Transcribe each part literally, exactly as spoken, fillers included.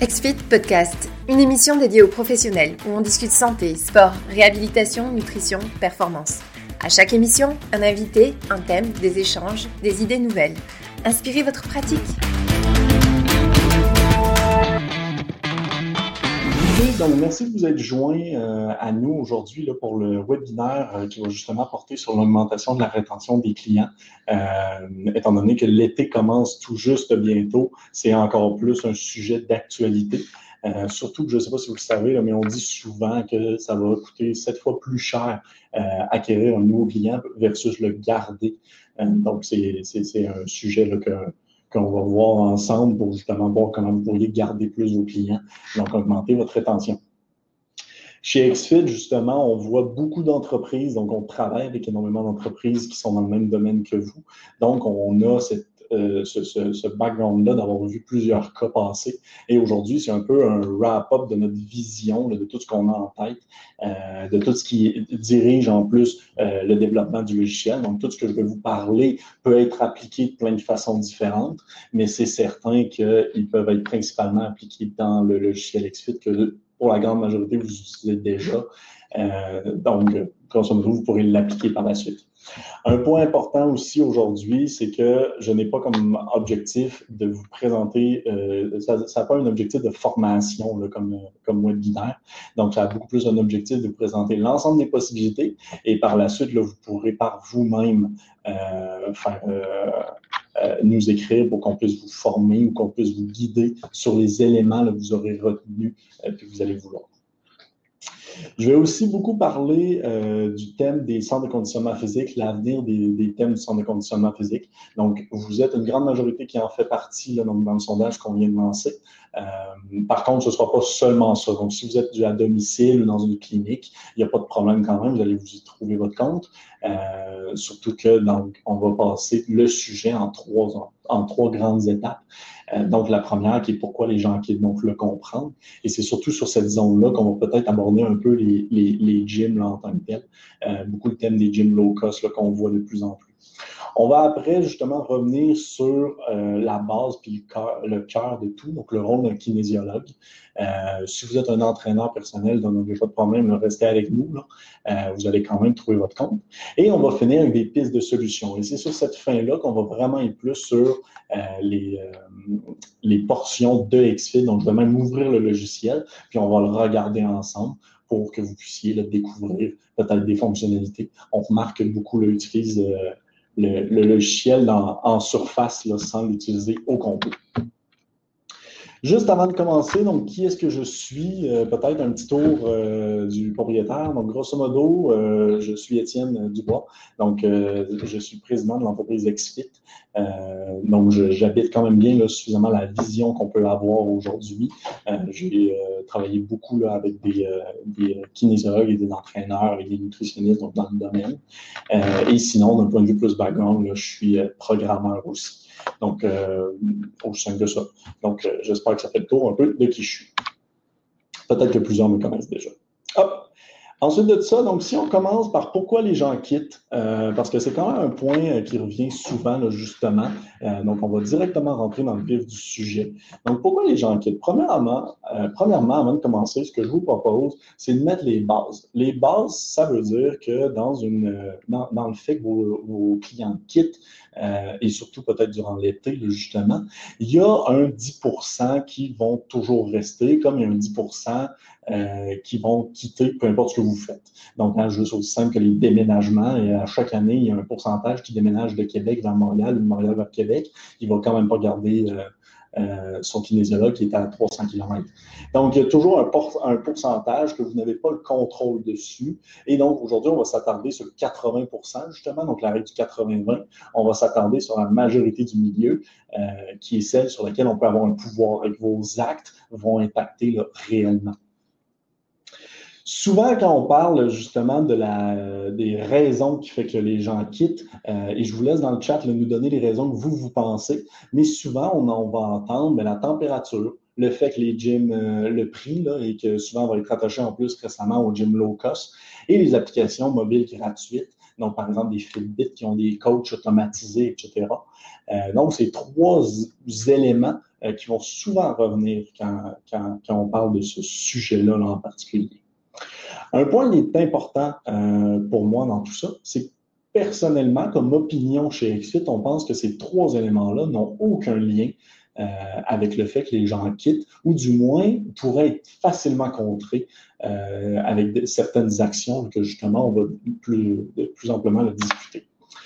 X-Fit Podcast, une émission dédiée aux professionnels où on discute santé, sport, réhabilitation, nutrition, performance. À chaque émission, un invité, un thème, des échanges, des idées nouvelles. Inspirez votre pratique. Donc, merci de vous être joints euh, à nous aujourd'hui là, pour le webinaire euh, qui va justement porter sur l'augmentation de la rétention des clients. Euh, étant donné que l'été commence tout juste bientôt, c'est encore plus un sujet d'actualité. Euh, surtout que je ne sais pas si vous le savez, là, mais on dit souvent que ça va coûter sept fois plus cher euh, acquérir un nouveau client versus le garder. Euh, donc, c'est, c'est, c'est un sujet là, que qu'on va voir ensemble pour justement voir comment vous pourriez garder plus vos clients, donc augmenter votre rétention. Chez X-Fit, justement, on voit beaucoup d'entreprises, donc on travaille avec énormément d'entreprises qui sont dans le même domaine que vous. Donc, on a cette, euh, ce, ce, ce background-là d'avoir vu plusieurs cas passer. Et aujourd'hui, c'est un peu un wrap-up de notre vision, là, de tout ce qu'on a en tête, euh, de tout ce qui dirige en plus euh, le développement du logiciel. Donc, tout ce que je vais vous parler peut être appliqué de plein de façons différentes, mais c'est certain qu'ils peuvent être principalement appliqués dans le logiciel X-Fit que pour la grande majorité, vous utilisez déjà. Euh, donc, grosso modo, vous pourrez l'appliquer par la suite. Un point important aussi aujourd'hui, c'est que je n'ai pas comme objectif de vous présenter, euh, ça n'a pas un objectif de formation là, comme, comme webinaire. Donc, ça a beaucoup plus un objectif de vous présenter l'ensemble des possibilités et par la suite, là, vous pourrez par vous-même euh, faire... Euh, Euh, nous écrire pour qu'on puisse vous former ou qu'on puisse vous guider sur les éléments là, que vous aurez retenus et euh, que vous allez vouloir. Je vais aussi beaucoup parler euh, du thème des centres de conditionnement physique, l'avenir des, des thèmes du centre de conditionnement physique. Donc, vous êtes une grande majorité qui en fait partie là, dans, dans le sondage qu'on vient de lancer. Euh, par contre, ce ne sera pas seulement ça. Donc, si vous êtes à domicile ou dans une clinique, il n'y a pas de problème quand même, vous allez vous y trouver votre compte. Euh, surtout que donc, on va passer le sujet en trois, en trois grandes étapes. Euh, donc, la première qui est pourquoi les gens quittent, donc le comprendre. Et c'est surtout sur cette zone-là qu'on va peut-être aborder un peu les, les, les gyms là, en tant que tel. Euh, beaucoup le thème des gyms low cost là, qu'on voit de plus en plus. On va après justement revenir sur euh, la base puis le cœur de tout, donc le rôle d'un kinésiologue. Euh, si vous êtes un entraîneur personnel, donc n'avez pas de problème, restez avec nous. Là. Euh, vous allez quand même trouver votre compte. Et on va finir avec des pistes de solutions. Et c'est sur cette fin-là qu'on va vraiment être plus sur euh, les, euh, les portions de X-Fit. Donc, je vais même ouvrir le logiciel, puis on va le regarder ensemble pour que vous puissiez là, découvrir peut-être des fonctionnalités. On remarque que beaucoup là, utilisent euh, Le, le logiciel dans, en surface là, sans l'utiliser au complet. Juste avant de commencer, donc, qui est-ce que je suis? Euh, peut-être un petit tour euh, du propriétaire. Donc, grosso modo, euh, je suis Étienne Dubois. Donc, euh, je suis président de l'entreprise X-Fit. Euh, donc, je, j'habite quand même bien là, suffisamment la vision qu'on peut avoir aujourd'hui. Euh, j'ai euh, travaillé beaucoup là, avec des, euh, des kinésiologues et des entraîneurs et des nutritionnistes donc, dans le domaine. Euh, et sinon, d'un point de vue plus background, là, je suis euh, programmeur aussi. Donc, euh, aussi simple que ça. Donc, euh, j'espère que ça fait le tour un peu de qui je suis. Peut-être que plusieurs me connaissent déjà. Hop! Ensuite de ça, donc si on commence par pourquoi les gens quittent, euh, parce que c'est quand même un point qui revient souvent, là, justement. Euh, donc, on va directement rentrer dans le vif du sujet. Donc, pourquoi les gens quittent? Premièrement, euh, premièrement, avant de commencer, ce que je vous propose, c'est de mettre les bases. Les bases, ça veut dire que dans, une, dans, dans le fait que vos, vos clients quittent, euh, et surtout peut-être durant l'été, là, justement, il y a un dix pour cent qui vont toujours rester, comme il y a un dix pour cent Euh, qui vont quitter, peu importe ce que vous faites. Donc, hein, juste aussi simple que les déménagements, et à chaque année, il y a un pourcentage qui déménage de Québec vers Montréal ou de Montréal vers Québec. Il ne va quand même pas garder euh, euh, son kinésiologue qui est à trois cents kilomètres. Donc, il y a toujours un, por- un pourcentage que vous n'avez pas le contrôle dessus. Et donc, aujourd'hui, on va s'attarder sur le quatre-vingts pour cent, justement, donc la règle du quatre-vingts vingt. On va s'attarder sur la majorité du milieu, euh, qui est celle sur laquelle on peut avoir un pouvoir et que vos actes vont impacter là, réellement. Souvent, quand on parle justement de la, des raisons qui font que les gens quittent, euh, et je vous laisse dans le chat là, nous donner les raisons que vous, vous pensez, mais souvent, on, on va entendre mais la température, le fait que les gyms, euh, le prix, là, et que souvent on va être attaché en plus récemment aux gyms low cost, et les applications mobiles gratuites. Donc, par exemple, des Fitbit qui ont des coachs automatisés, et cetera. Euh, donc, c'est trois éléments euh, qui vont souvent revenir quand, quand, quand on parle de ce sujet-là là, en particulier. Un point qui est important euh, pour moi dans tout ça, c'est que personnellement, comme opinion chez Xfit, on pense que ces trois éléments-là n'ont aucun lien euh, avec le fait que les gens quittent, ou du moins pourraient être facilement contrés euh, avec de, certaines actions que justement on va plus, plus amplement le discuter.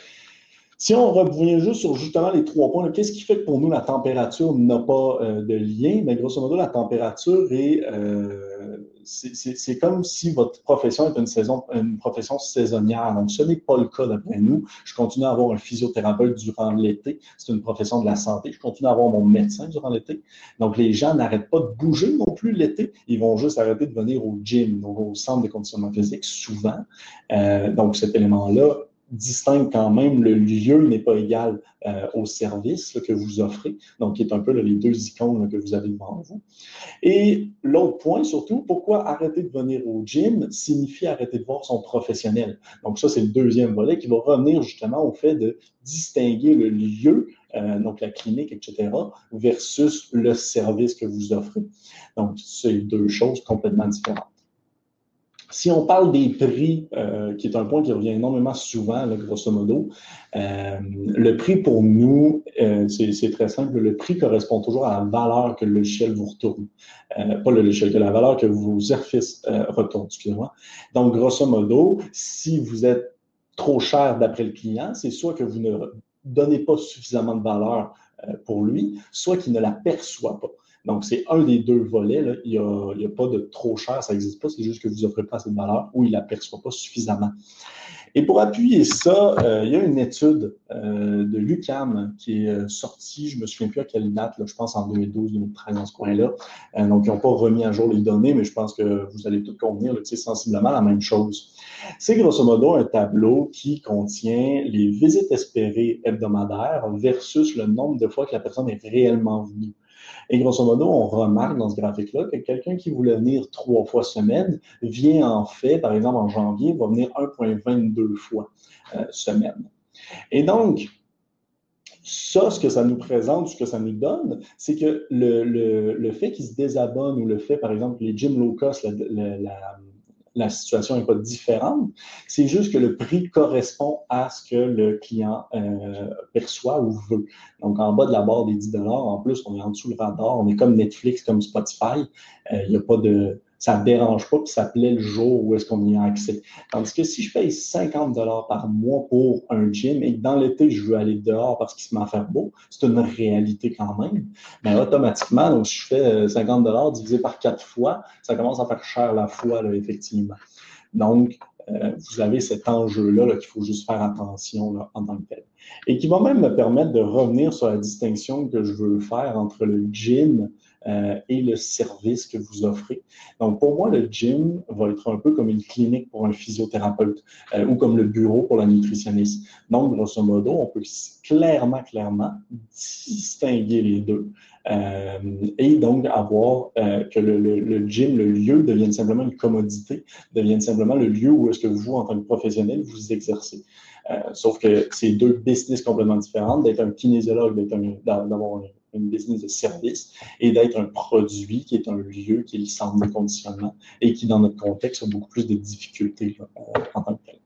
Si on revient juste sur justement les trois points, qu'est-ce qui fait que pour nous la température n'a pas euh, de lien? Mais grosso modo, la température est, euh, c'est, c'est, c'est comme si votre profession est une, saison, une profession saisonnière. Donc, ce n'est pas le cas d'après nous. Je continue à avoir un physiothérapeute durant l'été. C'est une profession de la santé. Je continue à avoir mon médecin durant l'été. Donc, les gens n'arrêtent pas de bouger non plus l'été. Ils vont juste arrêter de venir au gym, donc au centre de conditionnement physique, souvent. Euh, donc, cet élément-là distingue quand même, le lieu n'est pas égal euh, au service là, que vous offrez, donc qui est un peu là, les deux icônes là, que vous avez devant vous. Et l'autre point surtout, pourquoi arrêter de venir au gym signifie arrêter de voir son professionnel. Donc ça, c'est le deuxième volet qui va revenir justement au fait de distinguer le lieu, euh, donc la clinique, et cetera, versus le service que vous offrez. Donc, c'est deux choses complètement différentes. Si on parle des prix, euh, qui est un point qui revient énormément souvent, là, grosso modo, euh, le prix pour nous, euh, c'est, c'est très simple. Le prix correspond toujours à la valeur que le logiciel vous retourne. Euh, pas le logiciel, que la valeur que vos services euh, retournent, excusez-moi. Donc, grosso modo, si vous êtes trop cher d'après le client, c'est soit que vous ne donnez pas suffisamment de valeur euh, pour lui, soit qu'il ne la perçoit pas. Donc, c'est un des deux volets. Là. Il n'y a, il y a pas de trop cher, ça n'existe pas. C'est juste que vous offrez pas assez de valeur ou il ne la perçoit pas suffisamment. Et pour appuyer ça, euh, il y a une étude euh, de l'U Q A M qui est euh, sortie, je ne me souviens plus à quelle date, là, je pense en deux mille douze deux mille treize, dans ce coin-là. Euh, donc, ils n'ont pas remis à jour les données, mais je pense que vous allez tous convenir que c'est sensiblement la même chose. C'est grosso modo un tableau qui contient les visites espérées hebdomadaires versus le nombre de fois que la personne est réellement venue. Et grosso modo, on remarque dans ce graphique-là que quelqu'un qui voulait venir trois fois semaine vient en fait, par exemple en janvier, va venir un virgule vingt-deux fois euh, semaine. Et donc, ça, ce que ça nous présente, ce que ça nous donne, c'est que le, le, le fait qu'ils se désabonnent ou le fait, par exemple, les gyms low cost, la, la, la la situation n'est pas différente. C'est juste que le prix correspond à ce que le client euh, perçoit ou veut. Donc, en bas de la barre des dix dollars, en plus, on est en dessous le radar. On est comme Netflix, comme Spotify. Il euh, n'y a pas de... Ça ne dérange pas, puis ça plaît le jour où est-ce qu'on y a accès. Tandis que si je paye cinquante dollars par mois pour un gym et que dans l'été, je veux aller dehors parce qu'il se met à faire beau, c'est une réalité quand même. Mais automatiquement, donc, si je fais cinquante dollars divisé par quatre fois, ça commence à faire cher la fois, là, effectivement. Donc, euh, vous avez cet enjeu-là là, qu'il faut juste faire attention là, en tant que tel. Et qui va même me permettre de revenir sur la distinction que je veux faire entre le gym euh, et le service que vous offrez. Donc, pour moi, le gym va être un peu comme une clinique pour un physiothérapeute euh, ou comme le bureau pour la nutritionniste. Donc, grosso modo, on peut clairement, clairement distinguer les deux. Euh, et donc avoir euh, que le, le, le gym, le lieu, devienne simplement une commodité, devienne simplement le lieu où est-ce que vous, en tant que professionnel, vous exercez. Euh, sauf que c'est deux business complètement différentes, d'être un kinésiologue, d'être un, d'avoir une, une business de service et d'être un produit qui est un lieu, qui est le centre de conditionnement et qui, dans notre contexte, a beaucoup plus de difficultés là, en tant que tel.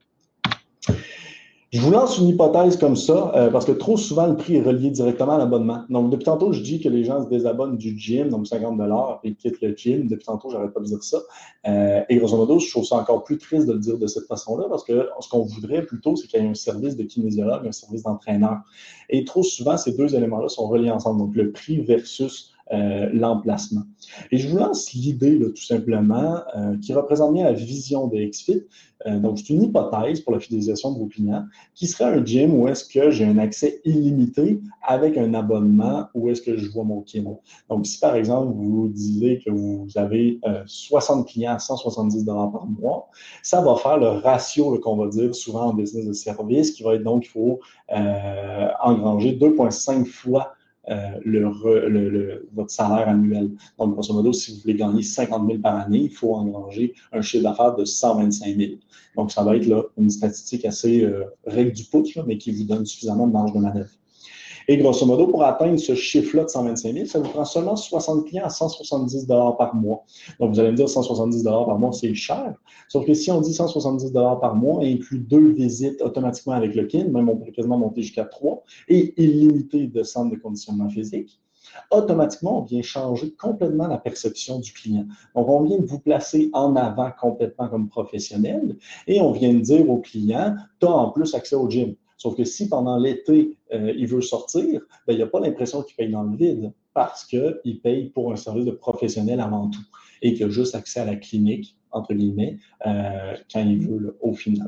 Je vous lance une hypothèse comme ça, euh, parce que trop souvent, le prix est relié directement à l'abonnement. Donc, depuis tantôt, je dis que les gens se désabonnent du gym, donc cinquante dollars, et quittent le gym. Depuis tantôt, j'arrête pas de dire ça. Euh, et grosso modo, je trouve ça encore plus triste de le dire de cette façon-là, parce que ce qu'on voudrait plutôt, c'est qu'il y ait un service de kinésiologue, un service d'entraîneur. Et trop souvent, ces deux éléments-là sont reliés ensemble. Donc, le prix versus Euh, l'emplacement. Et je vous lance l'idée, là, tout simplement, euh, qui représente bien la vision de Xfit. Euh, donc, c'est une hypothèse pour la fidélisation de vos clients, qui serait un gym où est-ce que j'ai un accès illimité avec un abonnement où est-ce que je vois mon kiné. Donc, si par exemple, vous disiez que vous avez euh, soixante clients à cent soixante-dix dollars par mois, ça va faire le ratio là, qu'on va dire souvent en business de service, qui va être donc, il faut euh, engranger deux virgule cinq fois euh, le, re, le, le, votre salaire annuel. Donc, grosso modo, si vous voulez gagner cinquante mille par année, il faut engranger un chiffre d'affaires de cent vingt-cinq mille. Donc, ça va être là, une statistique assez euh, règle du pouce, là, mais qui vous donne suffisamment de marge de manœuvre. Et grosso modo, pour atteindre ce chiffre-là de cent vingt-cinq mille, ça vous prend seulement soixante clients à cent soixante-dix dollars par mois. Donc, vous allez me dire cent soixante-dix dollars par mois, c'est cher. Sauf que si on dit cent soixante-dix dollars par mois et inclut deux visites automatiquement avec le K I N, même on peut quasiment monter jusqu'à trois, et illimité de centres de conditionnement physique, automatiquement, on vient changer complètement la perception du client. Donc, on vient de vous placer en avant complètement comme professionnel et on vient de dire au client, tu as en plus accès au gym. Sauf que si pendant l'été, euh, il veut sortir, ben, il n'a pas l'impression qu'il paye dans le vide parce qu'il paye pour un service de professionnel avant tout et qu'il a juste accès à la clinique, entre guillemets, euh, quand il veut, là, au final.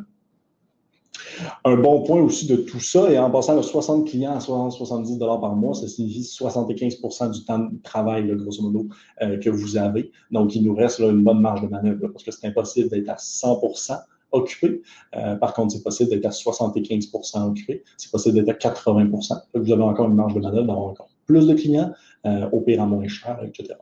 Un bon point aussi de tout ça, et en passant de soixante clients à soixante à soixante-dix dollars par mois, ça signifie soixante-quinze pour cent du temps de travail, là, grosso modo, euh, que vous avez. Donc, il nous reste là, une bonne marge de manœuvre là, parce que c'est impossible d'être à cent pour cent occupé. Euh, par contre, c'est possible d'être à soixante-quinze pour cent occupé. C'est possible d'être à quatre-vingts pour cent. Vous avez encore une marge de manœuvre d'avoir encore plus de clients, euh, au pire à moins cher, et cetera.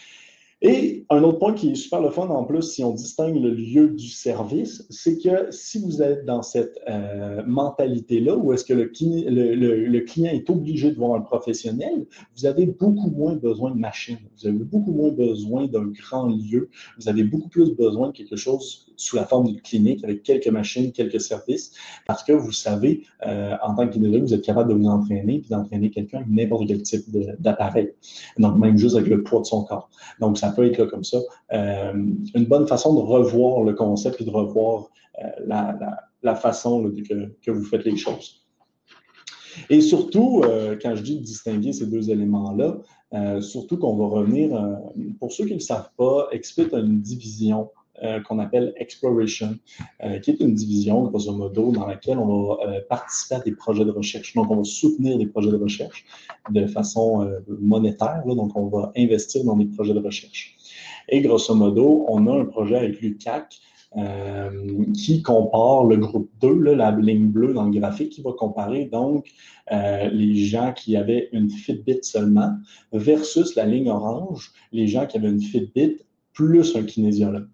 Et un autre point qui est super le fun en plus, si on distingue le lieu du service, c'est que si vous êtes dans cette euh, mentalité-là, où est-ce que le, le, le, le client est obligé de voir un professionnel, vous avez beaucoup moins besoin de machines, vous avez beaucoup moins besoin d'un grand lieu, vous avez beaucoup plus besoin de quelque chose sous la forme d'une clinique avec quelques machines, quelques services, parce que vous savez, euh, en tant que kinésiologue, vous êtes capable de vous entraîner puis d'entraîner quelqu'un avec n'importe quel type d'appareil, donc même juste avec le poids de son corps. Donc, ça peut être là comme ça. Euh, une bonne façon de revoir le concept et de revoir euh, la, la, la façon là, que, que vous faites les choses. Et surtout, euh, quand je dis de distinguer ces deux éléments-là, euh, surtout qu'on va revenir, euh, pour ceux qui ne le savent pas, Xpit a une division euh, qu'on appelle Exploration, euh, qui est une division, grosso modo, dans laquelle on va euh, participer à des projets de recherche. Donc, on va soutenir des projets de recherche de façon euh, monétaire. Là, donc, on va investir dans des projets de recherche. Et grosso modo, on a un projet avec l'U Q A C euh, qui compare le groupe deux, là, la ligne bleue dans le graphique, qui va comparer donc euh, les gens qui avaient une Fitbit seulement versus la ligne orange, les gens qui avaient une Fitbit plus un kinésiologue.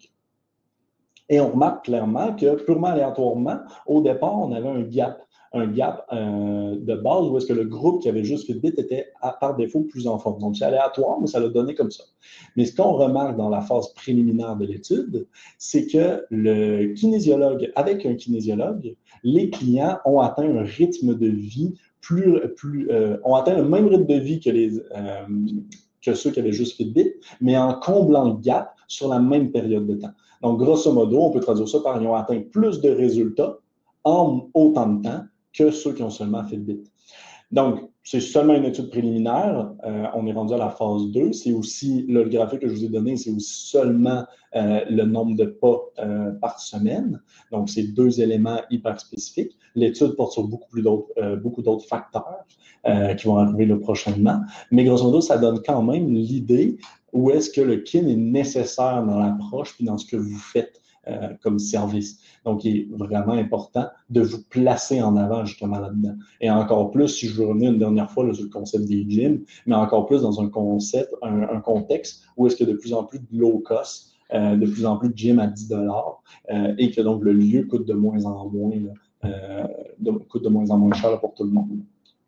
Et on remarque clairement que, purement aléatoirement, au départ, on avait un gap, un gap euh, de base où est-ce que le groupe qui avait juste Fitbit était à, par défaut plus en forme. Donc, c'est aléatoire, mais ça l'a donné comme ça. Mais ce qu'on remarque dans la phase préliminaire de l'étude, c'est que le kinésiologue, avec un kinésiologue, les clients ont atteint un rythme de vie plus, plus euh, ont atteint le même rythme de vie que les euh, que ceux qui avaient juste Fitbit, mais en comblant le gap sur la même période de temps. Donc, grosso modo, on peut traduire ça par ils ont atteint plus de résultats en autant de temps que ceux qui ont seulement Fitbit. Donc, c'est seulement une étude préliminaire. Euh, on est rendu à la phase deux. C'est aussi, là, le graphique que je vous ai donné, c'est aussi seulement euh, le nombre de pas euh, par semaine. Donc, c'est deux éléments hyper spécifiques. L'étude porte sur beaucoup plus d'autres, euh, beaucoup d'autres facteurs euh, qui vont arriver là, prochainement. Mais grosso modo, ça donne quand même l'idée où est-ce que le K I N est nécessaire dans l'approche puis dans ce que vous faites euh, comme service. Donc, il est vraiment important de vous placer en avant justement là-dedans. Et encore plus, si je veux revenir une dernière fois là, sur le concept des gyms, mais encore plus dans un concept, un, un contexte où est-ce qu'il y a de plus en plus de low cost, euh, de plus en plus de gyms à dix dollars euh, et que donc le lieu coûte de moins en moins, là, euh, de, coûte de moins en moins cher là, pour tout le monde.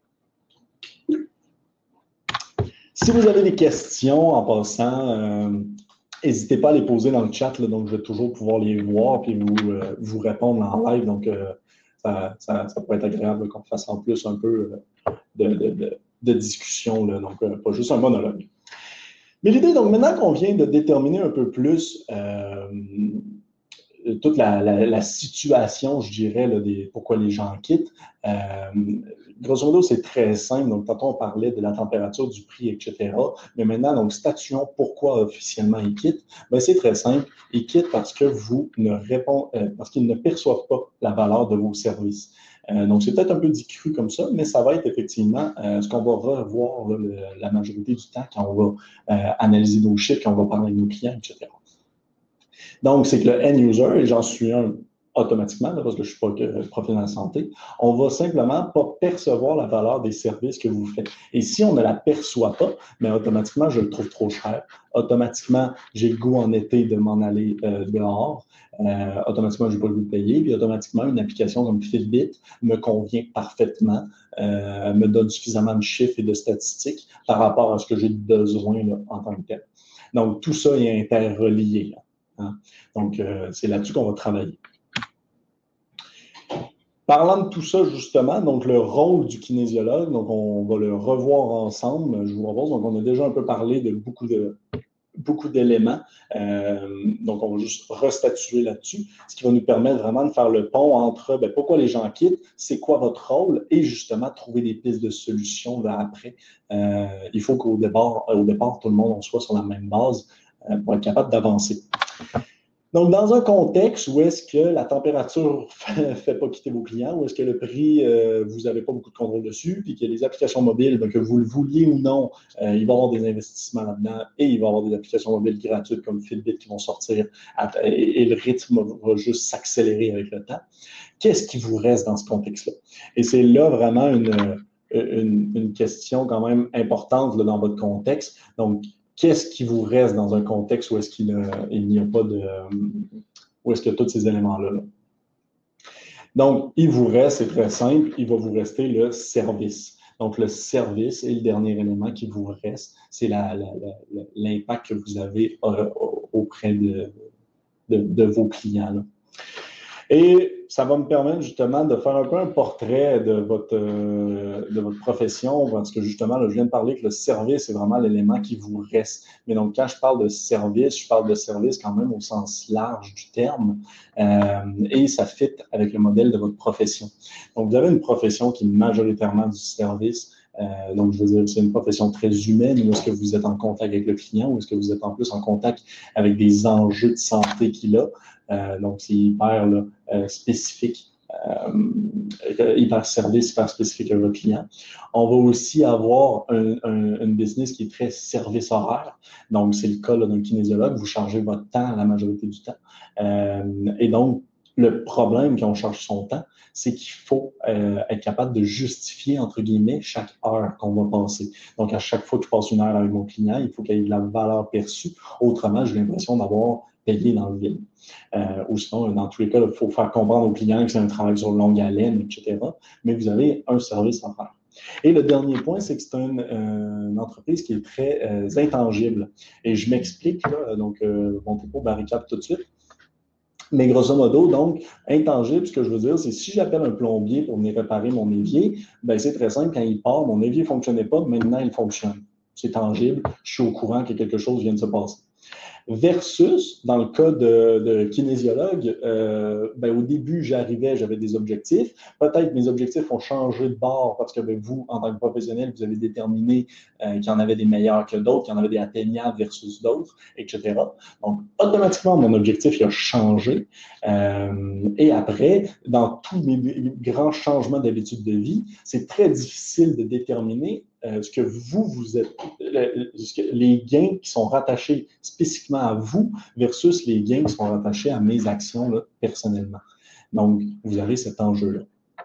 Si vous avez des questions en passant, euh, n'hésitez pas à les poser dans le chat, là, donc je vais toujours pouvoir les voir et vous, euh, vous répondre en live. Donc, euh, ça, ça, ça peut être agréable qu'on fasse en plus un peu de, de, de, de discussion, là, donc euh, pas juste un monologue. Mais l'idée, donc maintenant qu'on vient de déterminer un peu plus euh, toute la, la, la situation, je dirais, là, des, pourquoi les gens quittent, euh, grosso modo, c'est très simple. Donc, tantôt, on parlait de la température, du prix, et cetera. Mais maintenant, donc, statuons pourquoi officiellement ils quittent. Bien, c'est très simple. Ils quittent parce que vous ne répondez, euh, parce qu'ils ne perçoivent pas la valeur de vos services. Euh, donc, c'est peut-être un peu dit cru comme ça, mais ça va être effectivement euh, ce qu'on va revoir là, le, la majorité du temps quand on va euh, analyser nos chiffres, quand on va parler avec nos clients, et cetera. Donc, c'est que le end user, et j'en suis un automatiquement, là, parce que je ne suis pas que professionnel de santé, on va simplement pas percevoir la valeur des services que vous faites. Et si on ne la perçoit pas, mais automatiquement, je le trouve trop cher. Automatiquement, j'ai le goût en été de m'en aller euh, dehors. Euh, automatiquement, je n'ai pas le goût de payer. Puis automatiquement, une application comme Fitbit me convient parfaitement, euh, me donne suffisamment de chiffres et de statistiques par rapport à ce que j'ai besoin là, en tant que tel. Donc, tout ça est interrelié. Hein? Donc, euh, c'est là-dessus qu'on va travailler. Parlant de tout ça, justement, donc le rôle du kinésiologue, donc on va le revoir ensemble, je vous propose. Donc, on a déjà un peu parlé de beaucoup de beaucoup d'éléments. Euh, donc, on va juste restatuer là-dessus, ce qui va nous permettre vraiment de faire le pont entre ben, pourquoi les gens quittent, c'est quoi votre rôle, et justement trouver des pistes de solutions là, après. Euh, il faut qu'au départ, au départ, tout le monde on soit sur la même base euh, pour être capable d'avancer. Donc, dans un contexte où est-ce que la température ne fait pas quitter vos clients, où est-ce que le prix, euh, vous n'avez pas beaucoup de contrôle dessus, puis que les applications mobiles, donc, que vous le vouliez ou non, euh, il va y avoir des investissements là-dedans et il va y avoir des applications mobiles gratuites comme Fitbit qui vont sortir à, et, et le rythme va juste s'accélérer avec le temps. Qu'est-ce qui vous reste dans ce contexte-là? Et c'est là vraiment une, une, une question quand même importante là, dans votre contexte. Donc, qu'est-ce qui vous reste dans un contexte où est-ce qu'il n'y a pas de... où est-ce qu'il y a tous ces éléments-là? Là? Donc, il vous reste, c'est très simple, il va vous rester le service. Donc, le service est le dernier élément qui vous reste, c'est la, la, la, l'impact que vous avez auprès de, de, de vos clients. Là. Et ça va me permettre justement de faire un peu un portrait de votre, euh, de votre profession, parce que justement, là, je viens de parler que le service est vraiment l'élément qui vous reste. Mais donc, quand je parle de service, je parle de service quand même au sens large du terme, euh, et ça fit avec le modèle de votre profession. Donc, vous avez une profession qui est majoritairement du service. Euh, donc, je veux dire, c'est une profession très humaine. Où est-ce que vous êtes en contact avec le client? Ou est-ce que vous êtes en plus en contact avec des enjeux de santé qu'il a? Euh, donc, c'est hyper là, euh, spécifique, euh, hyper service, hyper spécifique à votre client. On va aussi avoir un, un, une business qui est très service horaire. Donc, c'est le cas là, d'un kinésiologue. Vous chargez votre temps la majorité du temps. Euh, et donc, le problème quand on charge son temps, c'est qu'il faut euh, être capable de justifier, entre guillemets, chaque heure qu'on va passer. Donc, à chaque fois que je passe une heure avec mon client, il faut qu'il y ait de la valeur perçue. Autrement, j'ai l'impression d'avoir payé dans le vide. Euh, ou sinon, dans tous les cas, il faut faire comprendre aux clients que c'est un travail sur longue haleine, et cetera. Mais vous avez un service à faire. Et le dernier point, c'est que c'est une, euh, une entreprise qui est très euh, intangible. Et je m'explique, là, donc, euh, montez pas barricade tout de suite. Mais grosso modo, donc, intangible, ce que je veux dire, c'est si j'appelle un plombier pour venir réparer mon évier, ben c'est très simple, quand il part, mon évier ne fonctionnait pas, maintenant il fonctionne. C'est tangible, je suis au courant que quelque chose vient de se passer. Versus, dans le cas de, de kinésiologue, euh, ben, au début, j'arrivais, j'avais des objectifs. Peut-être mes objectifs ont changé de bord parce que ben, vous, en tant que professionnel, vous avez déterminé euh, qu'il y en avait des meilleurs que d'autres, qu'il y en avait des atteignables versus d'autres, et cetera. Donc, automatiquement, mon objectif il a changé. Euh, et après, dans tous mes grands changements d'habitude de vie, c'est très difficile de déterminer Euh, ce que vous, vous êtes, le, ce que, les gains qui sont rattachés spécifiquement à vous versus les gains qui sont rattachés à mes actions là, personnellement. Donc, vous avez cet enjeu-là.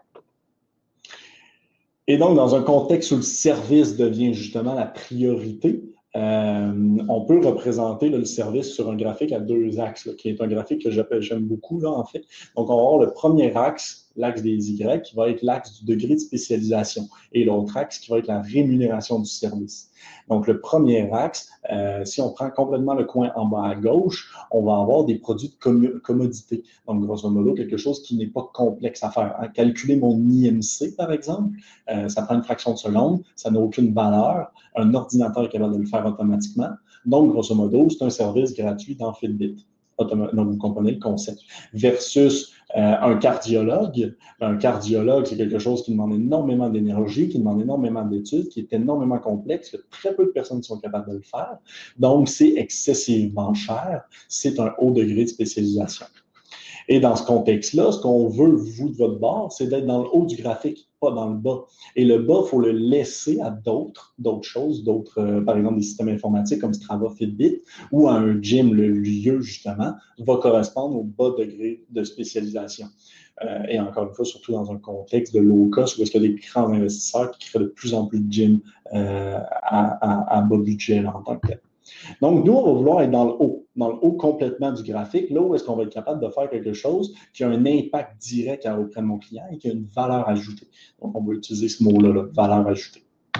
Et donc, dans un contexte où le service devient justement la priorité, euh, on peut représenter là, le service sur un graphique à deux axes, là, qui est un graphique que j'aime beaucoup, là, en fait. Donc, on va avoir le premier axe, l'axe des Y, qui va être l'axe du degré de spécialisation, et l'autre axe qui va être la rémunération du service. Donc, le premier axe, euh, si on prend complètement le coin en bas à gauche, on va avoir des produits de com- commodité. Donc, grosso modo, quelque chose qui n'est pas complexe à faire. Hein. Calculer mon I M C, par exemple, euh, ça prend une fraction de seconde, ça n'a aucune valeur. Un ordinateur est capable de le faire automatiquement. Donc, grosso modo, c'est un service gratuit dans Fitbit. Automa- donc, vous comprenez le concept. Versus euh, un cardiologue. Un cardiologue, c'est quelque chose qui demande énormément d'énergie, qui demande énormément d'études, qui est énormément complexe, que très peu de personnes sont capables de le faire. Donc, c'est excessivement cher. C'est un haut degré de spécialisation. Et dans ce contexte-là, ce qu'on veut, vous, de votre bord, c'est d'être dans le haut du graphique, pas dans le bas. Et le bas, il faut le laisser à d'autres, d'autres choses, d'autres, euh, par exemple, des systèmes informatiques comme Strava, Fitbit, ou à un gym, le lieu, justement, va correspondre au bas degré de spécialisation. Euh, et encore une fois, surtout dans un contexte de low cost, où est-ce qu'il y a des grands investisseurs qui créent de plus en plus de gyms euh, à, à, à bas budget là, en tant que tel. Donc, nous, on va vouloir être dans le haut, dans le haut complètement du graphique, là où est-ce qu'on va être capable de faire quelque chose qui a un impact direct auprès de mon client et qui a une valeur ajoutée. Donc, on va utiliser ce mot-là, là, valeur ajoutée.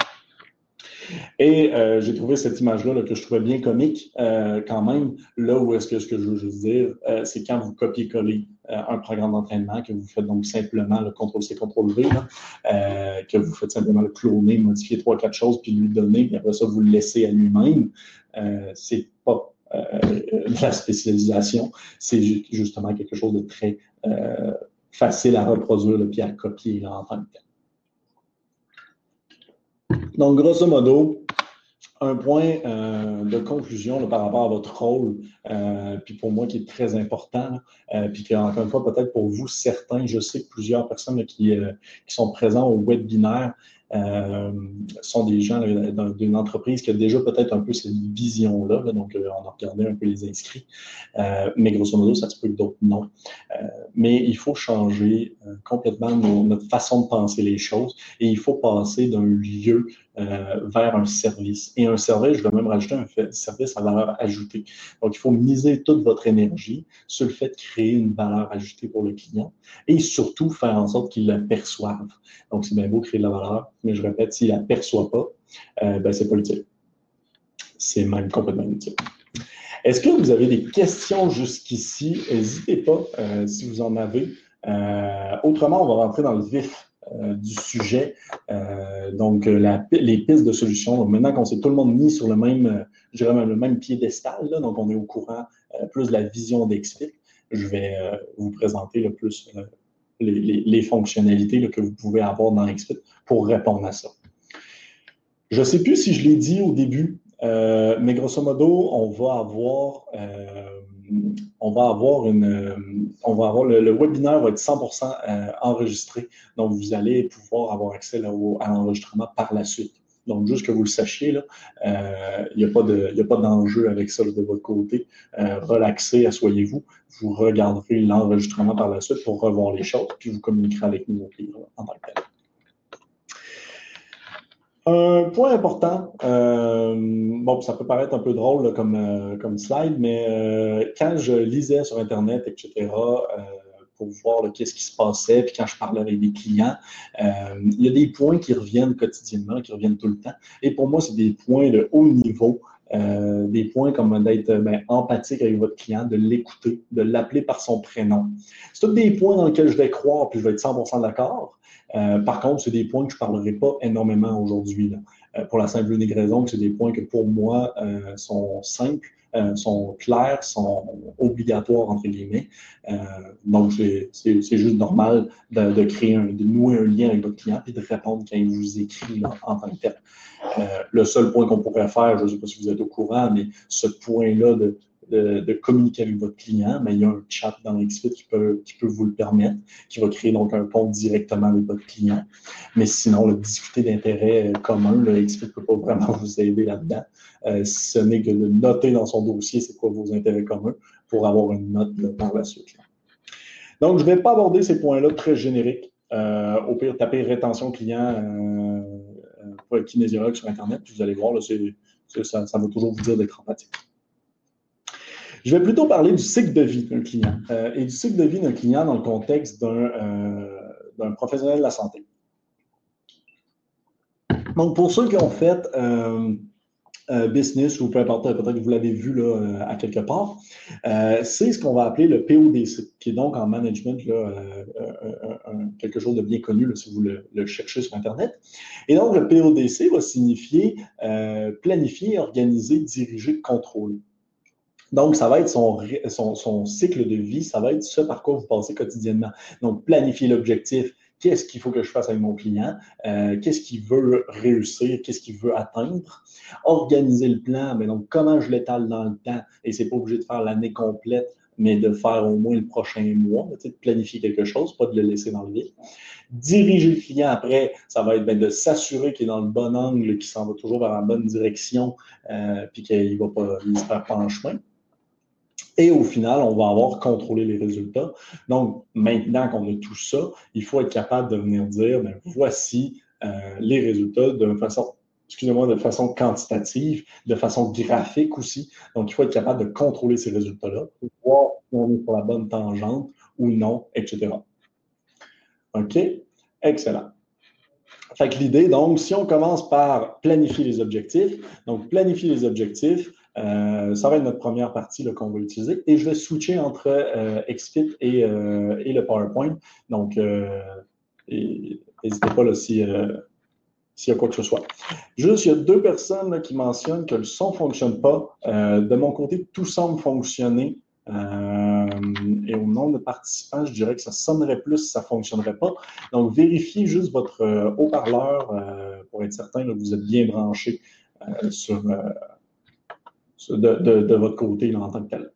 Et euh, j'ai trouvé cette image-là là, que je trouvais bien comique euh, quand même. Là où est-ce que ce que je veux juste dire, euh, c'est quand vous copiez-collez euh, un programme d'entraînement, que vous faites donc simplement le contrôle-C, contrôle-V, là, euh, que vous faites simplement le cloner, modifier trois, quatre choses, puis lui donner, puis après ça, vous le laissez à lui-même. Euh, c'est pas euh, de la spécialisation, c'est justement quelque chose de très euh, facile à reproduire, là, puis à copier là, en tant que tel. Donc, grosso modo, un point euh, de conclusion là, par rapport à votre rôle, euh, puis pour moi qui est très important, euh, puis qui, encore une fois, peut-être pour vous, certains, je sais que plusieurs personnes là, qui, euh, qui sont présents au webinaire euh, sont des gens là, d'une entreprise qui a déjà peut-être un peu cette vision-là, là, donc euh, on a regardé un peu les inscrits, euh, mais grosso modo, ça se peut que d'autres non. Euh, mais il faut changer euh, complètement nos, notre façon de penser les choses et il faut passer d'un lieu Euh, vers un service. Et un service, je vais même rajouter un service à valeur ajoutée. Donc, il faut miser toute votre énergie sur le fait de créer une valeur ajoutée pour le client et surtout faire en sorte qu'il la perçoive. Donc, c'est bien beau créer de la valeur, mais je répète, s'il ne la perçoit pas, euh, ben, c'est pas utile. C'est même complètement inutile. Est-ce que vous avez des questions jusqu'ici? N'hésitez pas euh, si vous en avez. Euh, autrement, on va rentrer dans le vif euh, du sujet. Euh, donc, la, les pistes de solutions. Donc, maintenant qu'on s'est tout le monde mis sur le même, je dirais même le même piédestal, là, donc on est au courant euh, plus de la vision d'Exfit, je vais euh, vous présenter le plus euh, les, les, les, fonctionnalités là, que vous pouvez avoir dans Exfit pour répondre à ça. Je ne sais plus si je l'ai dit au début, euh, mais grosso modo, on va avoir, euh, on va avoir une, on va avoir le, le webinaire va être cent pour cent euh, enregistré, donc vous allez pouvoir avoir accès là, au, à l'enregistrement par la suite. Donc, juste que vous le sachiez, là, euh, il n'y a pas de, il n'y a pas d'enjeu avec ça là, de votre côté. Euh, relaxez, asseyez-vous. Vous regarderez l'enregistrement par la suite pour revoir les choses, puis vous communiquerez avec nous en tant que tel. Un point important, euh, bon, ça peut paraître un peu drôle là, comme, euh, comme slide, mais euh, quand je lisais sur Internet, et cetera, euh, pour voir là, qu'est-ce qui se passait, puis quand je parlais avec des clients, euh, il y a des points qui reviennent quotidiennement, qui reviennent tout le temps. Et pour moi, c'est des points de haut niveau, euh, des points comme d'être ben, empathique avec votre client, de l'écouter, de l'appeler par son prénom. C'est tous des points dans lesquels je vais croire, puis je vais être cent pour cent d'accord. Euh, par contre, c'est des points que je ne parlerai pas énormément aujourd'hui, là, euh, pour la simple et unique raison que c'est des points que pour moi euh, sont simples, euh, sont clairs, sont obligatoires, entre guillemets. Euh, donc, c'est, c'est, c'est juste normal de, de créer, un, de nouer un lien avec votre client et de répondre quand il vous écrit là, en tant que tel. Euh, le seul point qu'on pourrait faire, je ne sais pas si vous êtes au courant, mais ce point-là de De, de communiquer avec votre client, mais il y a un chat dans Exfit qui peut, qui peut vous le permettre, qui va créer donc un compte directement avec votre client. Mais sinon, le discuter d'intérêts communs, le Exfit ne peut pas vraiment vous aider là-dedans. Euh, ce n'est que de noter dans son dossier c'est quoi vos intérêts communs pour avoir une note là, par la suite. Là. Donc, je ne vais pas aborder ces points-là très génériques. Euh, au pire, tapez rétention client euh, pour être kinésiologue sur Internet, puis vous allez voir, là, c'est, c'est, ça, ça va toujours vous dire d'être empathique. Je vais plutôt parler du cycle de vie d'un client euh, et du cycle de vie d'un client dans le contexte d'un, euh, d'un professionnel de la santé. Donc, pour ceux qui ont fait euh, euh, business ou peu importe, peut-être que vous l'avez vu là, euh, à quelque part, euh, c'est ce qu'on va appeler le P O D C, qui est donc en management là, euh, euh, euh, quelque chose de bien connu là, si vous le, le cherchez sur Internet. Et donc, le P O D C va signifier euh, planifier, organiser, diriger, contrôler. Donc, ça va être son, son, son cycle de vie, ça va être ce par quoi vous passez quotidiennement. Donc, planifier l'objectif, qu'est-ce qu'il faut que je fasse avec mon client, euh, qu'est-ce qu'il veut réussir, qu'est-ce qu'il veut atteindre. Organiser le plan, mais donc comment je l'étale dans le temps, et c'est pas obligé de faire l'année complète mais de faire au moins le prochain mois, de planifier quelque chose, pas de le laisser dans le vide. Diriger le client après, ça va être bien, de s'assurer qu'il est dans le bon angle, qu'il s'en va toujours vers la bonne direction, euh, puis qu'il ne va pas, il se perd pas en chemin. Et au final, on va avoir contrôlé les résultats. Donc, maintenant qu'on a tout ça, il faut être capable de venir dire, bien, voici euh, les résultats de façon, excusez-moi, de façon quantitative, de façon graphique aussi. Donc, il faut être capable de contrôler ces résultats-là pour voir si on est sur la bonne tangente ou non, et cetera. OK? Excellent. Fait que l'idée, donc, si on commence par planifier les objectifs, donc planifier les objectifs, euh, ça va être notre première partie là, qu'on va utiliser. Et je vais switcher entre euh, XFit et, euh, et le PowerPoint. Donc, euh, n'hésitez pas là, si, euh, s'il y a quoi que ce soit. Juste, il y a deux personnes là, qui mentionnent que le son ne fonctionne pas. Euh, de mon côté, tout semble fonctionner. Euh, et au nombre de participants, je dirais que ça sonnerait plus si ça ne fonctionnerait pas. Donc, vérifiez juste votre euh, haut-parleur euh, pour être certain là, que vous êtes bien branché euh, sur, euh, sur de, de, de votre côté là, en tant que tel.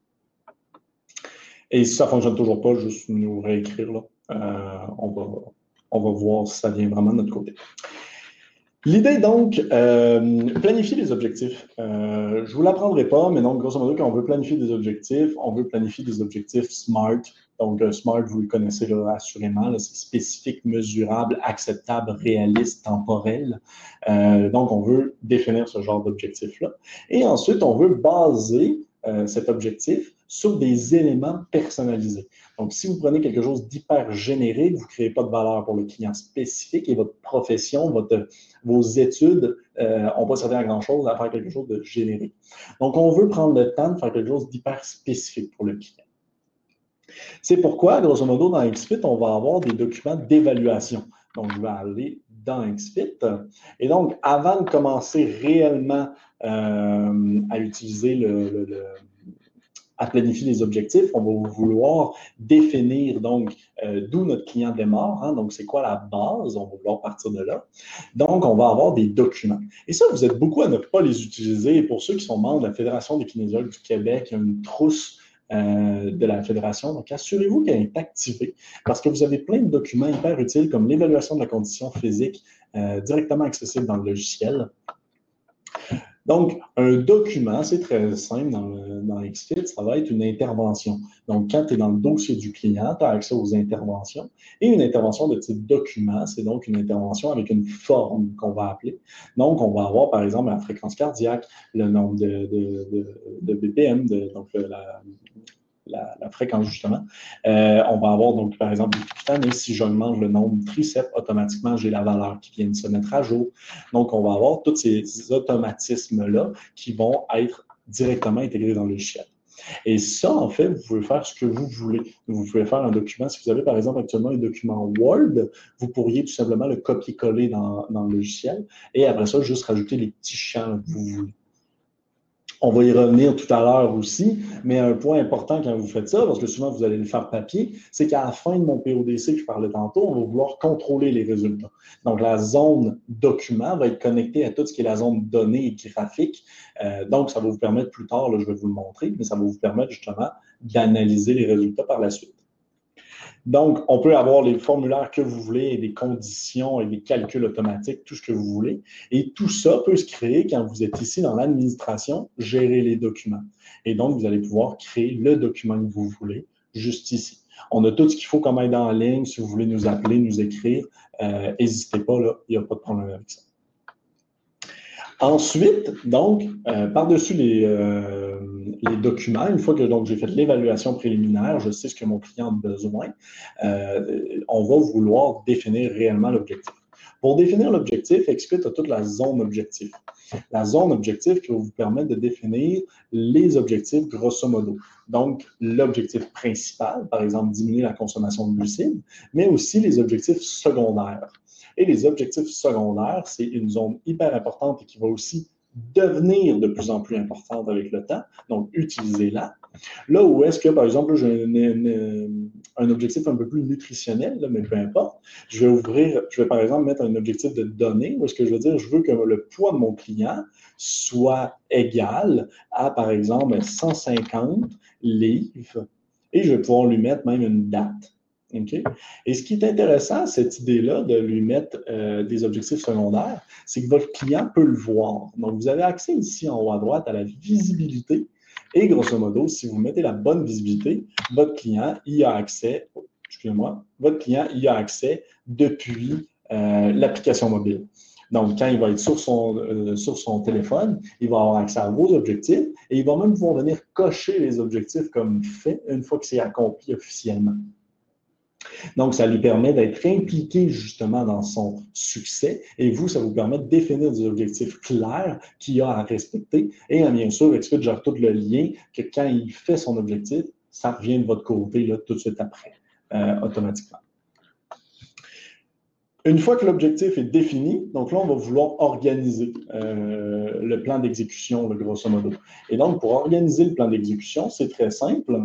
Et si ça ne fonctionne toujours pas, juste nous réécrire. Là. Euh, on, va, on va voir si ça vient vraiment de notre côté. L'idée, donc, euh, planifier les objectifs. Euh, je ne vous l'apprendrai pas, mais donc, grosso modo, quand on veut planifier des objectifs, on veut planifier des objectifs SMART. Donc, euh, SMART, vous le connaissez là, assurément, c'est spécifique, mesurable, acceptable, réaliste, temporel. Euh, donc, on veut définir ce genre d'objectif-là. Et ensuite, on veut baser euh, cet objectif sur des éléments personnalisés. Donc, si vous prenez quelque chose d'hyper générique, vous ne créez pas de valeur pour le client spécifique et votre profession, votre, vos études euh, n'ont pas servi à grand-chose à faire quelque chose de générique. Donc, on veut prendre le temps de faire quelque chose d'hyper spécifique pour le client. C'est pourquoi, grosso modo, dans XFit, on va avoir des documents d'évaluation. Donc, je vais aller dans XFit. Et donc, avant de commencer réellement euh, à utiliser le, le, le à planifier les objectifs, on va vouloir définir donc euh, d'où notre client démarre, hein, donc c'est quoi la base, on va vouloir partir de là. Donc, on va avoir des documents. Et ça, vous êtes beaucoup à ne pas les utiliser. Et pour ceux qui sont membres de la Fédération des kinésiologues du Québec, il y a une trousse euh, de la Fédération, donc assurez-vous qu'elle est activée parce que vous avez plein de documents hyper utiles comme l'évaluation de la condition physique euh, directement accessible dans le logiciel. Donc, un document, c'est très simple dans, dans XFit, ça va être une intervention. Donc, quand tu es dans le dossier du client, tu as accès aux interventions. Et une intervention de type document, c'est donc une intervention avec une forme qu'on va appeler. Donc, on va avoir, par exemple, la fréquence cardiaque, le nombre de, de, de, de B P M, de, donc la, La, la fréquence, justement. Euh, on va avoir, donc, par exemple, et si j'augmente le nombre de triceps, automatiquement, j'ai la valeur qui vient de se mettre à jour. Donc, on va avoir tous ces automatismes-là qui vont être directement intégrés dans le logiciel. Et ça, en fait, vous pouvez faire ce que vous voulez. Vous pouvez faire un document. Si vous avez, par exemple, actuellement un document Word, vous pourriez tout simplement le copier-coller dans, dans le logiciel et après ça, juste rajouter les petits champs que vous voulez. On va y revenir tout à l'heure aussi, mais un point important quand vous faites ça, parce que souvent vous allez le faire papier, c'est qu'à la fin de mon P O D C que je parlais tantôt, on va vouloir contrôler les résultats. Donc, la zone document va être connectée à tout ce qui est la zone données et graphique. Euh, donc, ça va vous permettre plus tard, là, je vais vous le montrer, mais ça va vous permettre justement d'analyser les résultats par la suite. Donc, on peut avoir les formulaires que vous voulez et des conditions et des calculs automatiques, tout ce que vous voulez. Et tout ça peut se créer quand vous êtes ici dans l'administration, gérer les documents. Et donc, vous allez pouvoir créer le document que vous voulez juste ici. On a tout ce qu'il faut comme aide en ligne. Si vous voulez nous appeler, nous écrire, euh, n'hésitez pas, là, il n'y a pas de problème avec ça. Ensuite, donc, euh, par-dessus les, euh, les documents, une fois que donc j'ai fait l'évaluation préliminaire, je sais ce que mon client a besoin, euh, on va vouloir définir réellement l'objectif. Pour définir l'objectif, XFit a toute la zone objectif. La zone objectif qui va vous permettre de définir les objectifs grosso modo. Donc, l'objectif principal, par exemple, diminuer la consommation de glucides, mais aussi les objectifs secondaires. Et les objectifs secondaires, c'est une zone hyper importante et qui va aussi devenir de plus en plus importante avec le temps. Donc, utilisez-la. Là où est-ce que, par exemple, j'ai une, une, un objectif un peu plus nutritionnel, là, mais peu importe, je vais ouvrir, je vais par exemple mettre un objectif de données, où est-ce que je veux dire, je veux que le poids de mon client soit égal à, par exemple, cent cinquante livres Et je vais pouvoir lui mettre même une date. Okay? Et ce qui est intéressant, cette idée-là de lui mettre euh, des objectifs secondaires, c'est que votre client peut le voir. Donc, vous avez accès ici en haut à droite à la visibilité. Et grosso modo, si vous mettez la bonne visibilité, votre client y a accès, excusez-moi, votre client y a accès depuis euh, l'application mobile. Donc, quand il va être sur son, euh, sur son téléphone, il va avoir accès à vos objectifs et il va même pouvoir venir cocher les objectifs comme fait une fois que c'est accompli officiellement. Donc, ça lui permet d'être impliqué justement dans son succès et vous, ça vous permet de définir des objectifs clairs qu'il a à respecter et bien sûr, Xfit gère tout le lien que quand il fait son objectif, ça revient de votre côté là, tout de suite après, euh, automatiquement. Une fois que l'objectif est défini, donc là, on va vouloir organiser euh, le plan d'exécution, grosso modo. Et donc, pour organiser le plan d'exécution, c'est très simple.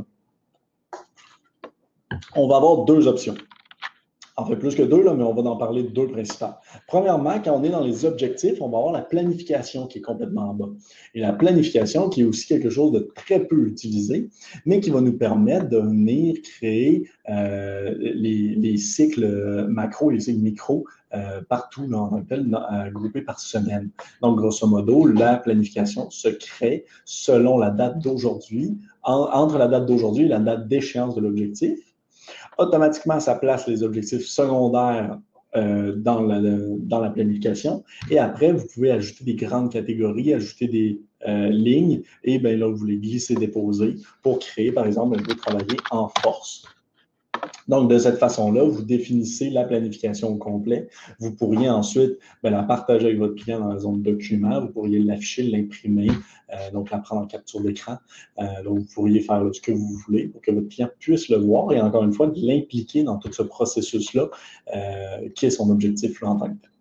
On va avoir deux options. En fait, plus que deux, là, mais on va en parler de deux principales. Premièrement, quand on est dans les objectifs, on va avoir la planification qui est complètement en bas. Et la planification qui est aussi quelque chose de très peu utilisé, mais qui va nous permettre de venir créer euh, les, les cycles macro et les cycles micro euh, partout, là, on appelle euh, groupés par semaine. Donc, grosso modo, la planification se crée selon la date d'aujourd'hui, en, entre la date d'aujourd'hui et la date d'échéance de l'objectif. Automatiquement, ça place les objectifs secondaires euh, dans, la, dans la planification. Et après, vous pouvez ajouter des grandes catégories, ajouter des euh, lignes, et bien là, vous les glissez, déposer pour créer, par exemple, un peu travailler en force. Donc, de cette façon-là, vous définissez la planification au complet. Vous pourriez ensuite bien, la partager avec votre client dans la zone document. Vous pourriez l'afficher, l'imprimer, euh, donc la prendre en capture d'écran. Euh, donc, vous pourriez faire là, ce que vous voulez pour que votre client puisse le voir et encore une fois, de l'impliquer dans tout ce processus-là, euh, qui est son objectif là, en tant que tel.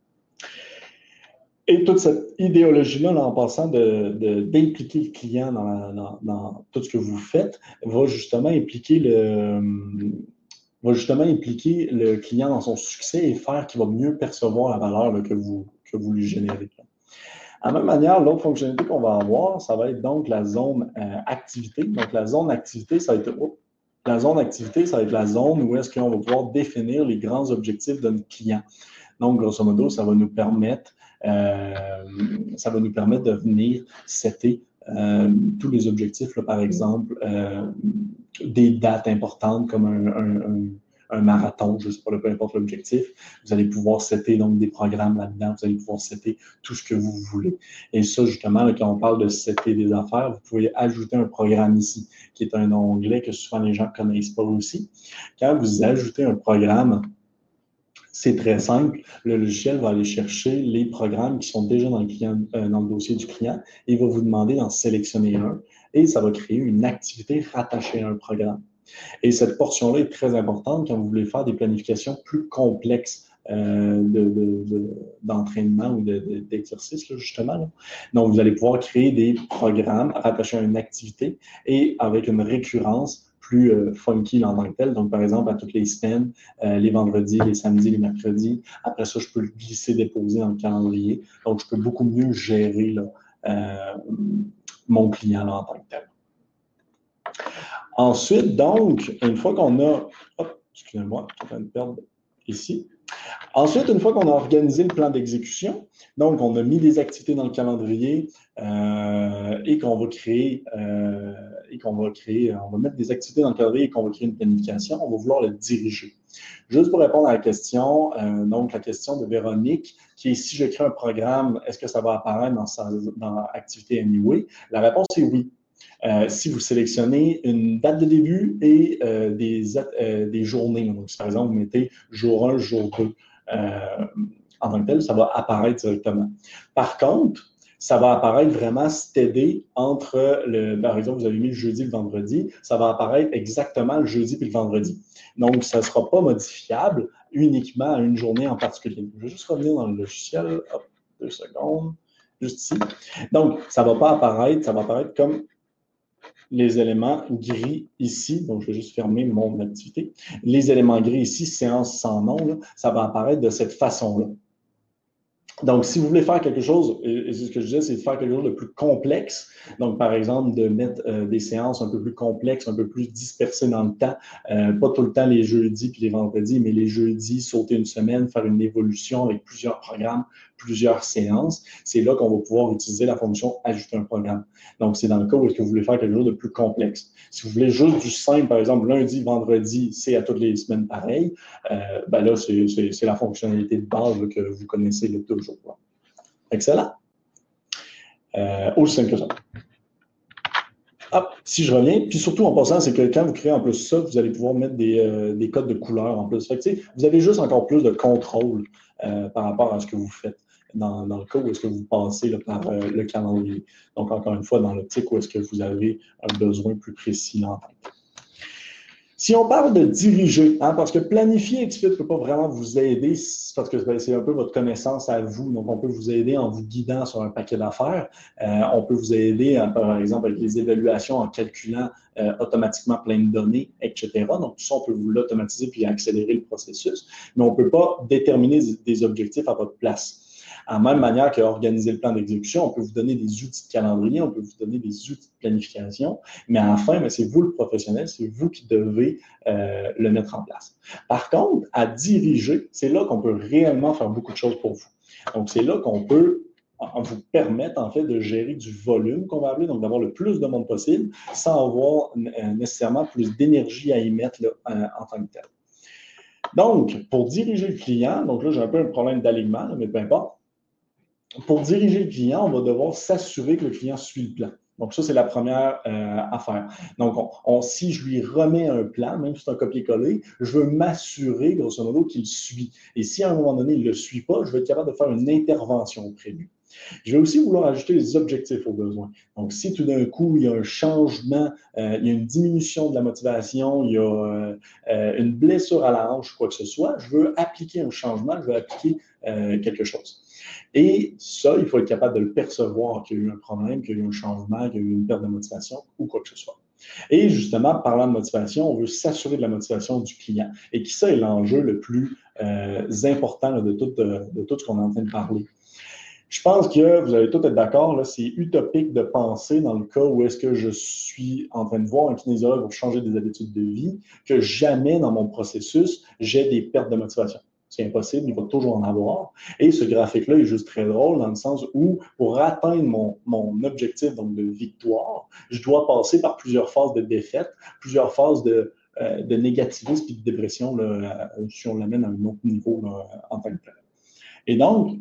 Et toute cette idéologie-là, là, en passant de, de, d'impliquer le client dans, la, dans, dans tout ce que vous faites, va justement impliquer le... va justement impliquer le client dans son succès et faire qu'il va mieux percevoir la valeur là, que, vous, que vous lui générez. De la même manière, l'autre fonctionnalité qu'on va avoir, ça va être donc la zone euh, activité. Donc, la zone activité, ça va être oh, la zone activité, ça va être la zone où est-ce qu'on va pouvoir définir les grands objectifs de notre client. Donc, grosso modo, ça va nous permettre, euh, ça va nous permettre de venir setter euh, tous les objectifs, là, par exemple, euh, des dates importantes comme un, un, un, un marathon, je ne sais pas, peu importe l'objectif. Vous allez pouvoir setter donc des programmes là-dedans, vous allez pouvoir setter tout ce que vous voulez. Et ça, justement, là, quand on parle de setter des affaires, vous pouvez ajouter un programme ici, qui est un onglet que souvent les gens ne connaissent pas aussi. Quand vous ajoutez un programme, c'est très simple. Le logiciel va aller chercher les programmes qui sont déjà dans le, client, euh, dans le dossier du client et il va vous demander d'en sélectionner un et ça va créer une activité rattachée à un programme. Et cette portion-là est très importante quand vous voulez faire des planifications plus complexes euh, de, de, de, d'entraînement ou de, de, d'exercice, là, justement. Là. Donc, vous allez pouvoir créer des programmes rattachés à une activité et avec une récurrence plus euh, funky là, en tant que tel. Donc, par exemple, à toutes les semaines, euh, les vendredis, les samedis, les mercredis. Après ça, je peux le glisser, déposer dans le calendrier. Donc, je peux beaucoup mieux gérer là, euh, mon client là, en tant que tel. Ensuite, donc, une fois qu'on a... Hop, excusez-moi, je suis en train de perdre ici. Ensuite, une fois qu'on a organisé le plan d'exécution, donc on a mis des activités dans le calendrier euh, et qu'on va créer, euh, et qu'on va créer, on va mettre des activités dans le calendrier et qu'on va créer une planification, on va vouloir le diriger. Juste pour répondre à la question, euh, donc la question de Véronique, qui est si je crée un programme, est-ce que ça va apparaître dans, sa, dans Activité Anyway? La réponse est oui. Euh, si vous sélectionnez une date de début et euh, des, euh, des journées, donc si par exemple vous mettez jour un, jour deux, euh, en tant que tel, ça va apparaître directement. Par contre, ça va apparaître vraiment stédé entre, le, par exemple, vous avez mis le jeudi et le vendredi, ça va apparaître exactement le jeudi et le vendredi. Donc, ça ne sera pas modifiable uniquement à une journée en particulier. Je vais juste revenir dans le logiciel, hop, deux secondes, juste ici. Donc, ça ne va pas apparaître, ça va apparaître comme les éléments gris ici, donc je vais juste fermer mon activité. Les éléments gris ici, séance sans nom, là, ça va apparaître de cette façon-là. Donc, si vous voulez faire quelque chose, et c'est ce que je disais, c'est de faire quelque chose de plus complexe. Donc, par exemple, de mettre euh, des séances un peu plus complexes, un peu plus dispersées dans le temps. Euh, pas tout le temps les jeudis puis les vendredis, mais les jeudis, sauter une semaine, faire une évolution avec plusieurs programmes, plusieurs séances. C'est là qu'on va pouvoir utiliser la fonction « Ajouter un programme ». Donc, c'est dans le cas où est-ce que vous voulez faire quelque chose de plus complexe. Si vous voulez juste du simple, par exemple, lundi, vendredi, c'est à toutes les semaines pareil, euh, ben là, c'est, c'est, c'est la fonctionnalité de base là, que vous connaissez là, toujours. Là. Excellent. Euh, aussi simple que ça. Hop, si je reviens, puis surtout en passant, c'est que quand vous créez en plus ça, vous allez pouvoir mettre des, euh, des codes de couleurs en plus. Fait que, vous avez juste encore plus de contrôle euh, par rapport à ce que vous faites. Dans, dans le cas où est-ce que vous passez là, par euh, le calendrier. Donc, encore une fois, dans l'optique où est-ce que vous avez un besoin plus précis en tête. Si on parle de diriger, hein, parce que planifier X F I T ne peut pas vraiment vous aider, parce que ben, c'est un peu votre connaissance à vous. Donc, on peut vous aider en vous guidant sur un paquet d'affaires. Euh, on peut vous aider, hein, par exemple, avec les évaluations en calculant euh, automatiquement plein de données, et cetera. Donc, tout ça, on peut vous l'automatiser puis accélérer le processus, mais on ne peut pas déterminer des objectifs à votre place. En même manière qu'organiser le plan d'exécution, on peut vous donner des outils de calendrier, on peut vous donner des outils de planification, mais à la fin, ben, c'est vous le professionnel, c'est vous qui devez euh, le mettre en place. Par contre, à diriger, c'est là qu'on peut réellement faire beaucoup de choses pour vous. Donc, c'est là qu'on peut vous permettre, en fait, de gérer du volume, qu'on va appeler, donc d'avoir le plus de monde possible, sans avoir nécessairement plus d'énergie à y mettre là, en tant que tel. Donc, pour diriger le client, donc là, j'ai un peu un problème d'alignement, mais peu importe. Pour diriger le client, on va devoir s'assurer que le client suit le plan. Donc, ça, c'est la première euh, affaire. Donc, on, on, si je lui remets un plan, même si c'est un copier-coller, je veux m'assurer, grosso modo, qu'il suit. Et si à un moment donné, il ne le suit pas, je vais être capable de faire une intervention auprès de lui. Je vais aussi vouloir ajouter des objectifs aux besoins. Donc, si tout d'un coup, il y a un changement, euh, il y a une diminution de la motivation, il y a euh, une blessure à la hanche, quoi que ce soit, je veux appliquer un changement, je veux appliquer euh, quelque chose. Et ça, il faut être capable de le percevoir, qu'il y a eu un problème, qu'il y a eu un changement, qu'il y a eu une perte de motivation ou quoi que ce soit. Et justement, parlant de motivation, on veut s'assurer de la motivation du client. Et qui ça est l'enjeu le plus euh, important là, de, tout, de, de tout ce qu'on est en train de parler. Je pense que vous allez tous être d'accord, là, c'est utopique de penser dans le cas où est-ce que je suis en train de voir un kinésiologue pour changer des habitudes de vie, que jamais dans mon processus, j'ai des pertes de motivation. C'est impossible, il va toujours en avoir. Et ce graphique-là est juste très drôle dans le sens où, pour atteindre mon, mon objectif donc de victoire, je dois passer par plusieurs phases de défaite, plusieurs phases de, euh, de négativisme et de dépression, là, si on l'amène à un autre niveau là, en tant que tel. Et donc,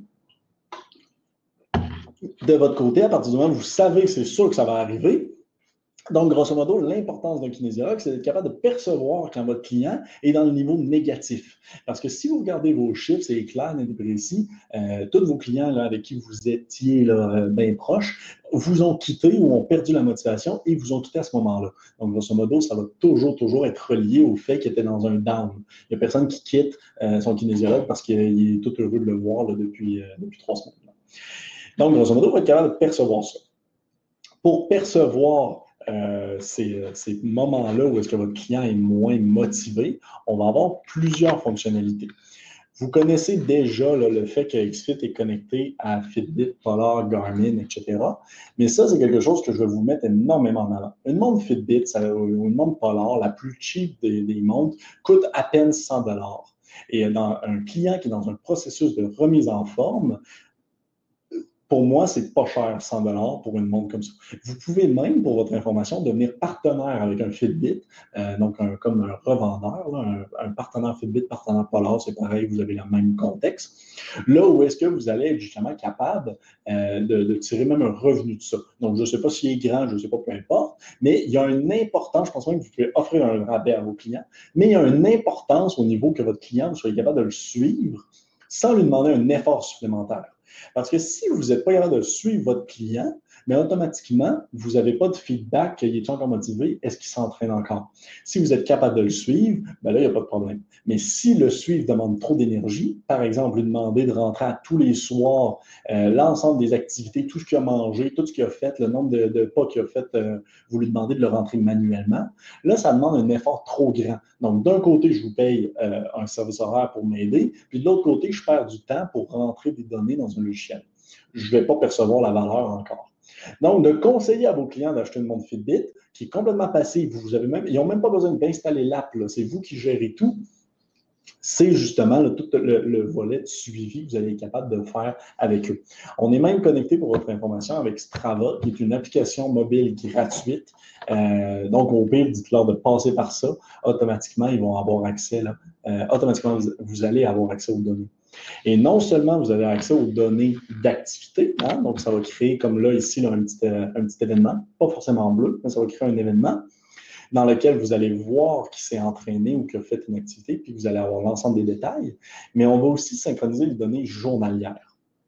de votre côté, à partir du moment où vous savez que c'est sûr que ça va arriver, donc, grosso modo, l'importance d'un kinésiologue, c'est d'être capable de percevoir quand votre client est dans le niveau négatif. Parce que si vous regardez vos chiffres, c'est clair, net et précis, euh, tous vos clients là, avec qui vous étiez là, bien proches, vous ont quitté ou ont perdu la motivation et vous ont quitté à ce moment-là. Donc, grosso modo, ça va toujours, toujours être relié au fait qu'il était dans un down. Il n'y a personne qui quitte euh, son kinésiologue parce qu'il est tout heureux de le voir là, depuis, euh, depuis trois semaines. Là. Donc, grosso modo, vous êtes capable de percevoir ça. Pour percevoir Euh, ces, ces moments-là où est-ce que votre client est moins motivé, on va avoir plusieurs fonctionnalités. Vous connaissez déjà là, le fait que X F I T est connecté à Fitbit, Polar, Garmin, et cetera. Mais ça, c'est quelque chose que je vais vous mettre énormément en avant. Une montre Fitbit ça, ou une montre Polar, la plus cheap des, des montres, coûte à peine cent dollars. Et dans un client qui est dans un processus de remise en forme, pour moi, c'est pas cher, cent dollars pour une montre comme ça. Vous pouvez même, pour votre information, devenir partenaire avec un Fitbit, euh, donc un, comme un revendeur, là, un, un partenaire Fitbit, partenaire Polar, c'est pareil, vous avez le même contexte. Là où est-ce que vous allez être justement capable euh, de, de tirer même un revenu de ça. Donc, je ne sais pas s'il est grand, je ne sais pas, peu importe, mais il y a une importance, je pense même que vous pouvez offrir un rabais à vos clients, mais il y a une importance au niveau que votre client, vous soyez capable de le suivre sans lui demander un effort supplémentaire. Parce que si vous n'êtes pas capable de suivre votre client, mais automatiquement, vous n'avez pas de feedback qu'il est encore motivé, est-ce qu'il s'entraîne encore? Si vous êtes capable de le suivre, ben là, il n'y a pas de problème. Mais si le suivre demande trop d'énergie, par exemple, lui demander de rentrer à tous les soirs, euh, l'ensemble des activités, tout ce qu'il a mangé, tout ce qu'il a fait, le nombre de, de pas qu'il a fait, euh, vous lui demandez de le rentrer manuellement, là, ça demande un effort trop grand. Donc, d'un côté, je vous paye euh, un service horaire pour m'aider, puis de l'autre côté, je perds du temps pour rentrer des données dans un logiciel. Je ne vais pas percevoir la valeur encore. Donc, de conseiller à vos clients d'acheter une montre Fitbit qui est complètement passive, vous avez même, ils n'ont même pas besoin d'installer l'app, là, c'est vous qui gérez tout. C'est justement là, tout le, le volet de suivi que vous allez être capable de faire avec eux. On est même connecté pour votre information avec Strava, qui est une application mobile gratuite. Euh, donc, au pire, dites-leur de passer par ça. Automatiquement, ils vont avoir accès, là, euh, automatiquement, vous, vous allez avoir accès aux données. Et non seulement vous avez accès aux données d'activité, hein, donc ça va créer, comme là, ici, là, un, petit, euh, un petit événement, pas forcément en bleu, mais ça va créer un événement dans lequel vous allez voir qui s'est entraîné ou qui a fait une activité, puis vous allez avoir l'ensemble des détails, mais on va aussi synchroniser les données journalières.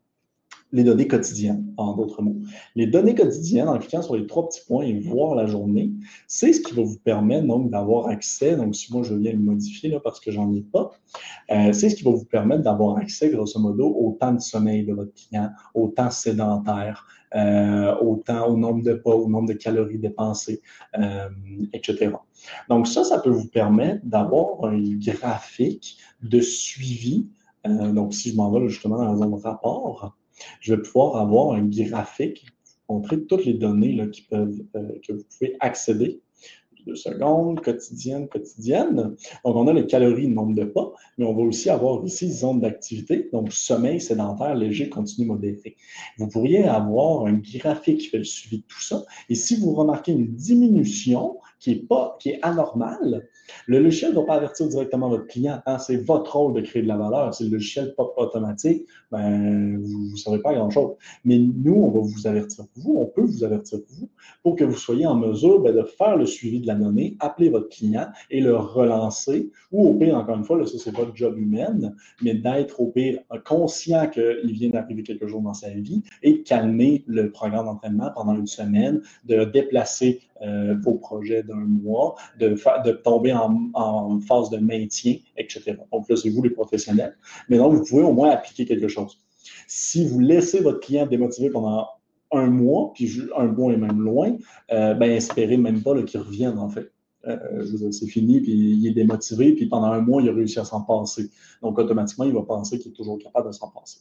Les données quotidiennes, en d'autres mots. Les données quotidiennes, en cliquant sur les trois petits points et voir la journée, c'est ce qui va vous permettre donc d'avoir accès, donc si moi je viens le modifier là, parce que j'en ai pas, euh, c'est ce qui va vous permettre d'avoir accès, grosso modo, au temps de sommeil de votre client, au temps sédentaire, euh, au temps, au nombre de pas, au nombre de calories dépensées, euh, et cetera. Donc ça, ça peut vous permettre d'avoir un graphique de suivi. Euh, donc si je m'en vais là, justement dans la zone rapport, je vais pouvoir avoir un graphique, montrer toutes les données là, qui peuvent, euh, que vous pouvez accéder. Deux secondes, quotidienne, quotidienne. Donc, on a les calories, le nombre de pas, mais on va aussi avoir ici zone d'activité, donc sommeil, sédentaire, léger, continu, modéré. Vous pourriez avoir un graphique qui fait le suivi de tout ça. Et si vous remarquez une diminution qui est, pas, qui est anormale, le logiciel ne va pas avertir directement votre client. Hein? C'est votre rôle de créer de la valeur. Si le logiciel pop automatique, ben, vous ne savez pas grand-chose. Mais nous, on va vous avertir pour vous, on peut vous avertir pour vous, pour que vous soyez en mesure ben, de faire le suivi de la donnée, appeler votre client et le relancer, ou au pire, encore une fois, là, ça c'est votre job humaine, mais d'être au pire conscient qu'il vient d'arriver quelque chose dans sa vie et de calmer le programme d'entraînement pendant une semaine, de déplacer euh, vos projets d'un mois, de, fa- de tomber en, en phase de maintien, et cetera. Donc là, c'est vous les professionnels, mais donc vous pouvez au moins appliquer quelque chose. Si vous laissez votre client démotivé pendant un mois, puis un mois est même loin, euh, ben espérez même pas qu'il revienne, en fait. Euh, je veux dire, c'est fini, puis il est démotivé, puis pendant un mois, il a réussi à s'en passer. Donc, automatiquement, il va penser qu'il est toujours capable de s'en passer.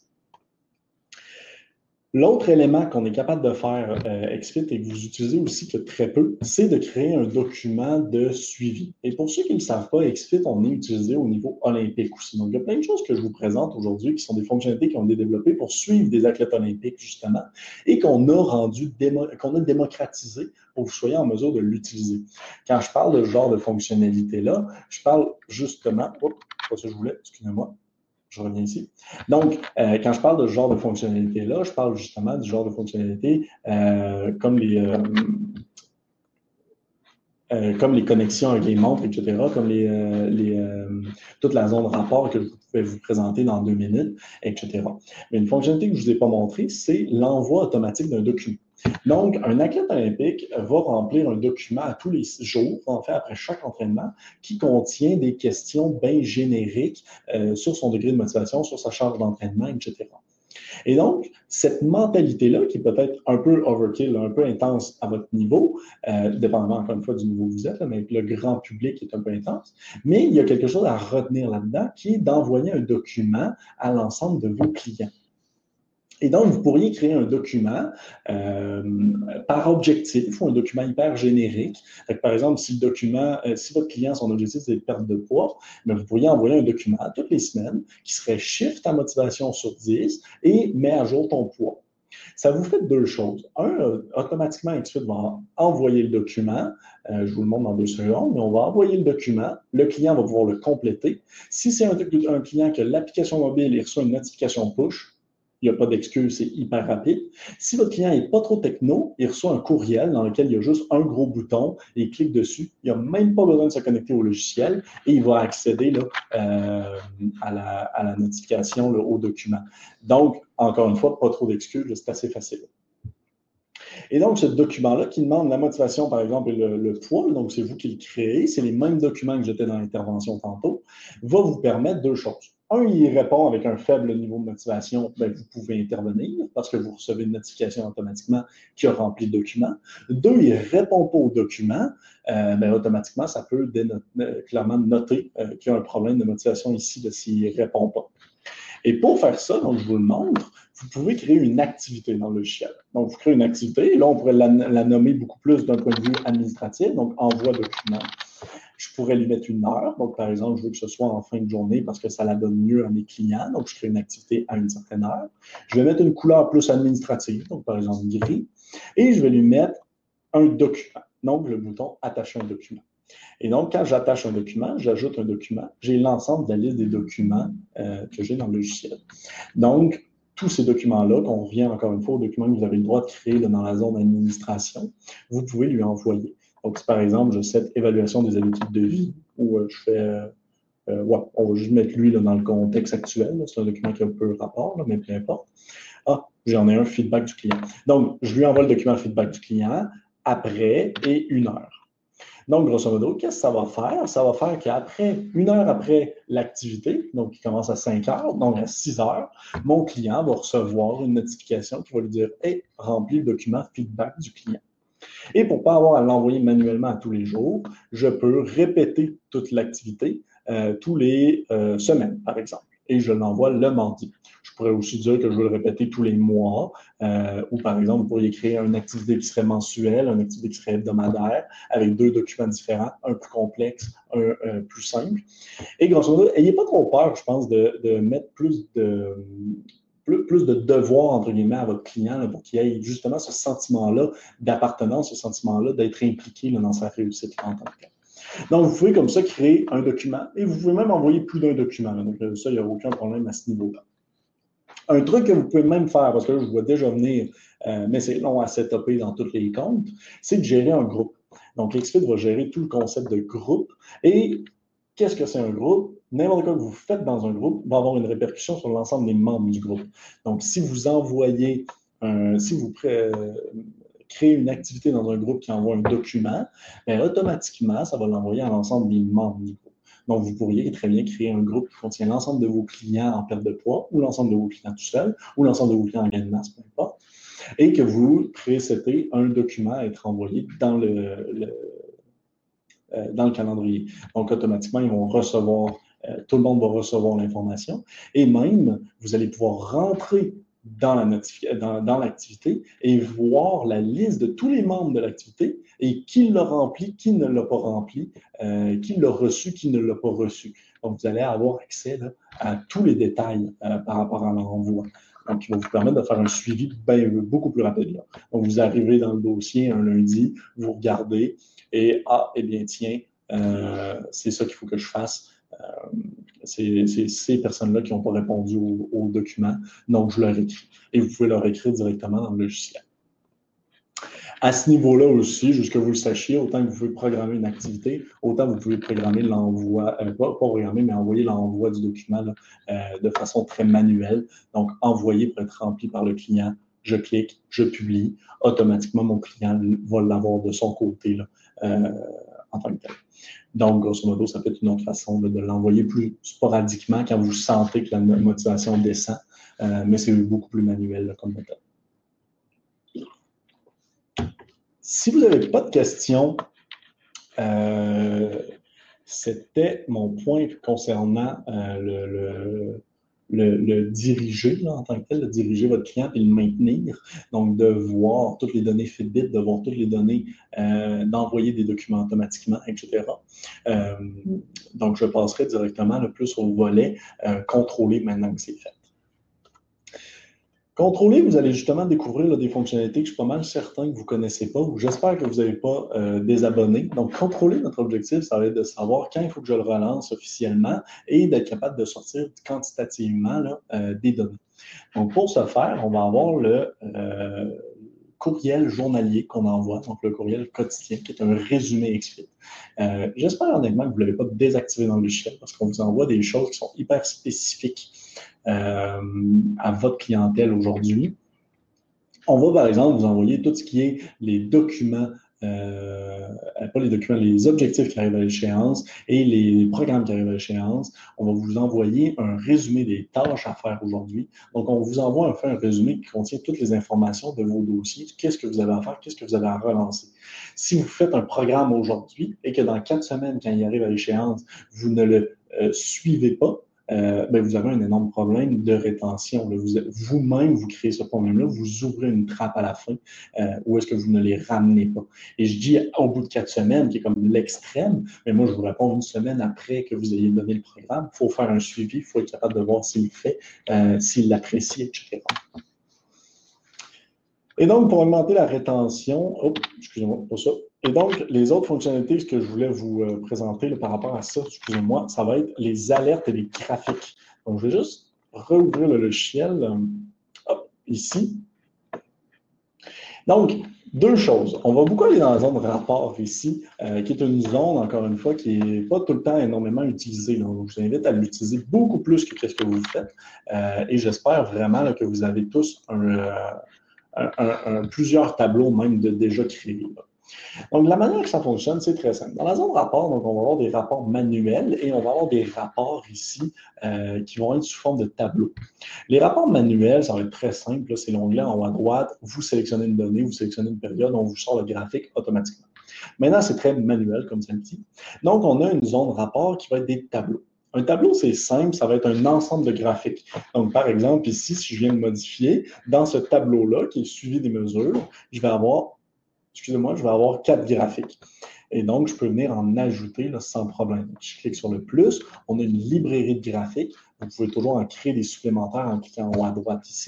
L'autre élément qu'on est capable de faire euh, XFIT et que vous utilisez aussi que très peu, c'est de créer un document de suivi. Et pour ceux qui ne le savent pas, XFIT, on est utilisé au niveau olympique aussi. Donc, il y a plein de choses que je vous présente aujourd'hui qui sont des fonctionnalités qui ont été développées pour suivre des athlètes olympiques, justement, et qu'on a rendu, démo, qu'on a démocratisé pour que vous soyez en mesure de l'utiliser. Quand je parle de ce genre de fonctionnalité-là, je parle justement, oups, c'est pas ça que je voulais, excusez-moi. Je reviens ici. Donc, euh, quand je parle de ce genre de fonctionnalité-là, je parle justement du genre de fonctionnalité euh, comme les euh, euh, comme les connexions avec les montres, et cetera, comme les, euh, les, euh, toute la zone rapport que je pouvais vous présenter dans deux minutes, et cetera. Mais une fonctionnalité que je ne vous ai pas montrée, c'est l'envoi automatique d'un document. Donc, un athlète olympique va remplir un document à tous les jours, en fait, après chaque entraînement, qui contient des questions bien génériques euh, sur son degré de motivation, sur sa charge d'entraînement, et cetera. Et donc, cette mentalité-là, qui est peut-être un peu overkill, un peu intense à votre niveau, euh, dépendamment encore une fois du niveau que vous êtes, là, mais le grand public est un peu intense, mais il y a quelque chose à retenir là-dedans qui est d'envoyer un document à l'ensemble de vos clients. Et donc, vous pourriez créer un document euh, par objectif ou un document hyper générique. Fait que, par exemple, si le document, euh, si votre client, son objectif, c'est de perdre de poids, bien, vous pourriez envoyer un document toutes les semaines qui serait chiffre ta motivation sur dix et met à jour ton poids. Ça vous fait deux choses. Un, euh, automatiquement, XFIT va envoyer le document. Euh, je vous le montre dans deux secondes, mais on va envoyer le document. Le client va pouvoir le compléter. Si c'est un, un client qui a l'application mobile, il reçoit une notification push. Il n'y a pas d'excuse, c'est hyper rapide. Si votre client n'est pas trop techno, il reçoit un courriel dans lequel il y a juste un gros bouton et il clique dessus. Il n'a même pas besoin de se connecter au logiciel et il va accéder là, euh, à, la, à la notification, là, au document. Donc, encore une fois, pas trop d'excuses, c'est assez facile. Et donc, ce document-là qui demande la motivation, par exemple, et le, le poids, donc c'est vous qui le créez, c'est les mêmes documents que j'étais dans l'intervention tantôt, va vous permettre deux choses. Un, il répond avec un faible niveau de motivation, bien, vous pouvez intervenir parce que vous recevez une notification automatiquement qui a rempli le document. Deux, il ne répond pas au document, euh, bien, automatiquement, ça peut dénoter, clairement noter euh, qu'il y a un problème de motivation ici de s'il ne répond pas. Et pour faire ça, donc je vous le montre, vous pouvez créer une activité dans le logiciel. Donc, vous créez une activité, et là, on pourrait la, la nommer beaucoup plus d'un point de vue administratif, donc envoi document. Je pourrais lui mettre une heure. Donc, par exemple, je veux que ce soit en fin de journée parce que ça la donne mieux à mes clients. Donc, je crée une activité à une certaine heure. Je vais mettre une couleur plus administrative, donc par exemple gris, et je vais lui mettre un document. Donc, le bouton attacher un document. Et donc, quand j'attache un document, j'ajoute un document, j'ai l'ensemble de la liste des documents euh, que j'ai dans le logiciel. Donc, tous ces documents-là, qu'on revient encore une fois aux documents que vous avez le droit de créer là, dans la zone d'administration, vous pouvez lui envoyer. Donc, si par exemple, je sais évaluation des habitudes de vie, ou euh, je fais, euh, euh, ouais, on va juste mettre lui là, dans le contexte actuel, c'est un document qui a un peu rapport, là, mais peu importe. Ah, j'en ai un feedback du client. Donc, je lui envoie le document feedback du client après et une heure. Donc, grosso modo, qu'est-ce que ça va faire? Ça va faire qu'après, une heure après l'activité, donc qui commence à cinq heures, donc à six heures, mon client va recevoir une notification qui va lui dire « Hey, remplis le document feedback du client ». Et pour ne pas avoir à l'envoyer manuellement à tous les jours, je peux répéter toute l'activité euh, tous les euh, semaines, par exemple. Et je l'envoie le mardi. Je pourrais aussi dire que je veux le répéter tous les mois, euh, ou par exemple, vous pourriez créer une activité qui serait mensuelle, une activité qui serait hebdomadaire, avec deux documents différents, un plus complexe, un euh, plus simple. Et grosso modo, n'ayez pas trop peur, je pense, de, de mettre plus de, plus, plus de devoirs, entre guillemets, à votre client là, pour qu'il ait justement ce sentiment-là d'appartenance, ce sentiment-là d'être impliqué là, dans sa réussite en tant que tel. Donc, vous pouvez comme ça créer un document et vous pouvez même envoyer plus d'un document. Là. Donc, ça, il n'y a aucun problème à ce niveau-là. Un truc que vous pouvez même faire, parce que là, je vois déjà venir, euh, mais c'est long à setuper dans tous les comptes, c'est de gérer un groupe. Donc, Xfit va gérer tout le concept de groupe. Et qu'est-ce que c'est un groupe? N'importe quoi que vous faites dans un groupe va avoir une répercussion sur l'ensemble des membres du groupe. Donc, si vous envoyez, un, si vous pré, créez une activité dans un groupe qui envoie un document, bien, automatiquement, ça va l'envoyer à l'ensemble des membres du groupe. Donc, vous pourriez très bien créer un groupe qui contient l'ensemble de vos clients en perte de poids, ou l'ensemble de vos clients tout seuls, ou l'ensemble de vos clients en gain de masse, peu importe, et que vous précédez un document à être envoyé dans le, le, euh, dans le calendrier. Donc, automatiquement, ils vont recevoir, euh, tout le monde va recevoir l'information, et même, vous allez pouvoir rentrer dans, la dans, dans l'activité et voir la liste de tous les membres de l'activité et qui l'a rempli, qui ne l'a pas rempli, euh, qui l'a reçu, qui ne l'a pas reçu. Donc, vous allez avoir accès là, à tous les détails euh, par rapport à l'envoi. Donc, il va vous permettre de faire un suivi bien, beaucoup plus rapide. Là. Donc, vous arrivez dans le dossier un lundi, vous regardez et, ah, eh bien, tiens, euh, c'est ça qu'il faut que je fasse. Euh, c'est, c'est ces personnes-là qui n'ont pas répondu au, au document, donc je leur écris. Et vous pouvez leur écrire directement dans le logiciel. À ce niveau-là aussi, juste que vous le sachiez, autant que vous pouvez programmer une activité, autant vous pouvez programmer l'envoi, euh, pas, pas programmer, mais envoyer l'envoi du document là, euh, de façon très manuelle. Donc, envoyer pour être rempli par le client. Je clique, je publie. Automatiquement, mon client va l'avoir de son côté là, euh, en tant que tel. Donc, grosso modo, ça peut être une autre façon là, de l'envoyer plus sporadiquement quand vous sentez que la motivation descend, euh, mais c'est beaucoup plus manuel là, comme méthode. Si vous n'avez pas de questions, euh, c'était mon point concernant euh, le, le, le, le diriger là, en tant que tel, de diriger votre client et le maintenir. Donc, de voir toutes les données Fitbit, de voir toutes les données, euh, d'envoyer des documents automatiquement, et cetera. Euh, donc, je passerai directement le plus au volet euh, contrôler maintenant que c'est fait. Contrôler, vous allez justement découvrir là, des fonctionnalités que je suis pas mal certain que vous ne connaissez pas ou j'espère que vous n'avez pas euh, désabonné. Donc, contrôler, notre objectif, ça va être de savoir quand il faut que je le relance officiellement et d'être capable de sortir quantitativement là, euh, des données. Donc, pour ce faire, on va avoir le euh, courriel journalier qu'on envoie, donc le courriel quotidien, qui est un résumé Xfit. Euh, j'espère honnêtement que vous ne l'avez pas désactivé dans le logiciel parce qu'on vous envoie des choses qui sont hyper spécifiques Euh, à votre clientèle aujourd'hui. On va, par exemple, vous envoyer tout ce qui est les documents, euh, pas les documents, les objectifs qui arrivent à l'échéance et les programmes qui arrivent à l'échéance. On va vous envoyer un résumé des tâches à faire aujourd'hui. Donc, on vous envoie enfin un résumé qui contient toutes les informations de vos dossiers, qu'est-ce que vous avez à faire, qu'est-ce que vous avez à relancer. Si vous faites un programme aujourd'hui et que dans quatre semaines, quand il arrive à l'échéance, vous ne le euh, suivez pas, Euh, ben vous avez un énorme problème de rétention. Vous, vous-même, vous créez ce problème-là, vous ouvrez une trappe à la fin euh, où est-ce que vous ne les ramenez pas. Et je dis au bout de quatre semaines, qui est comme l'extrême, mais moi, je vous réponds une semaine après que vous ayez donné le programme. Il faut faire un suivi, il faut être capable de voir s'il fait, euh, s'il l'apprécie, et cetera. Et donc, pour augmenter la rétention, oh, excusez-moi pour ça. Et donc, les autres fonctionnalités que je voulais vous euh, présenter là, par rapport à ça, excusez-moi, ça va être les alertes et les graphiques. Donc, je vais juste rouvrir le logiciel, euh, hop, ici. Donc, deux choses. On va beaucoup aller dans la zone rapport ici, euh, qui est une zone, encore une fois, qui n'est pas tout le temps énormément utilisée. Donc, je vous invite à l'utiliser beaucoup plus que ce que vous faites. Euh, et j'espère vraiment là, que vous avez tous un... Euh, Un, un, un, plusieurs tableaux même de déjà créés. Là. Donc, la manière que ça fonctionne, c'est très simple. Dans la zone rapport, donc, on va avoir des rapports manuels et on va avoir des rapports ici euh, qui vont être sous forme de tableaux. Les rapports manuels, ça va être très simple. C'est l'onglet en haut à droite. Vous sélectionnez une donnée, vous sélectionnez une période, on vous sort le graphique automatiquement. Maintenant, c'est très manuel comme ça le dit. Donc, on a une zone rapport qui va être des tableaux. Un tableau, c'est simple, ça va être un ensemble de graphiques. Donc, par exemple, ici, si je viens de modifier, dans ce tableau-là, qui est suivi des mesures, je vais avoir, excusez-moi, je vais avoir quatre graphiques. Et donc, je peux venir en ajouter là, sans problème. Donc, je clique sur le plus. On a une librairie de graphiques. Vous pouvez toujours en créer des supplémentaires en cliquant en haut à droite ici.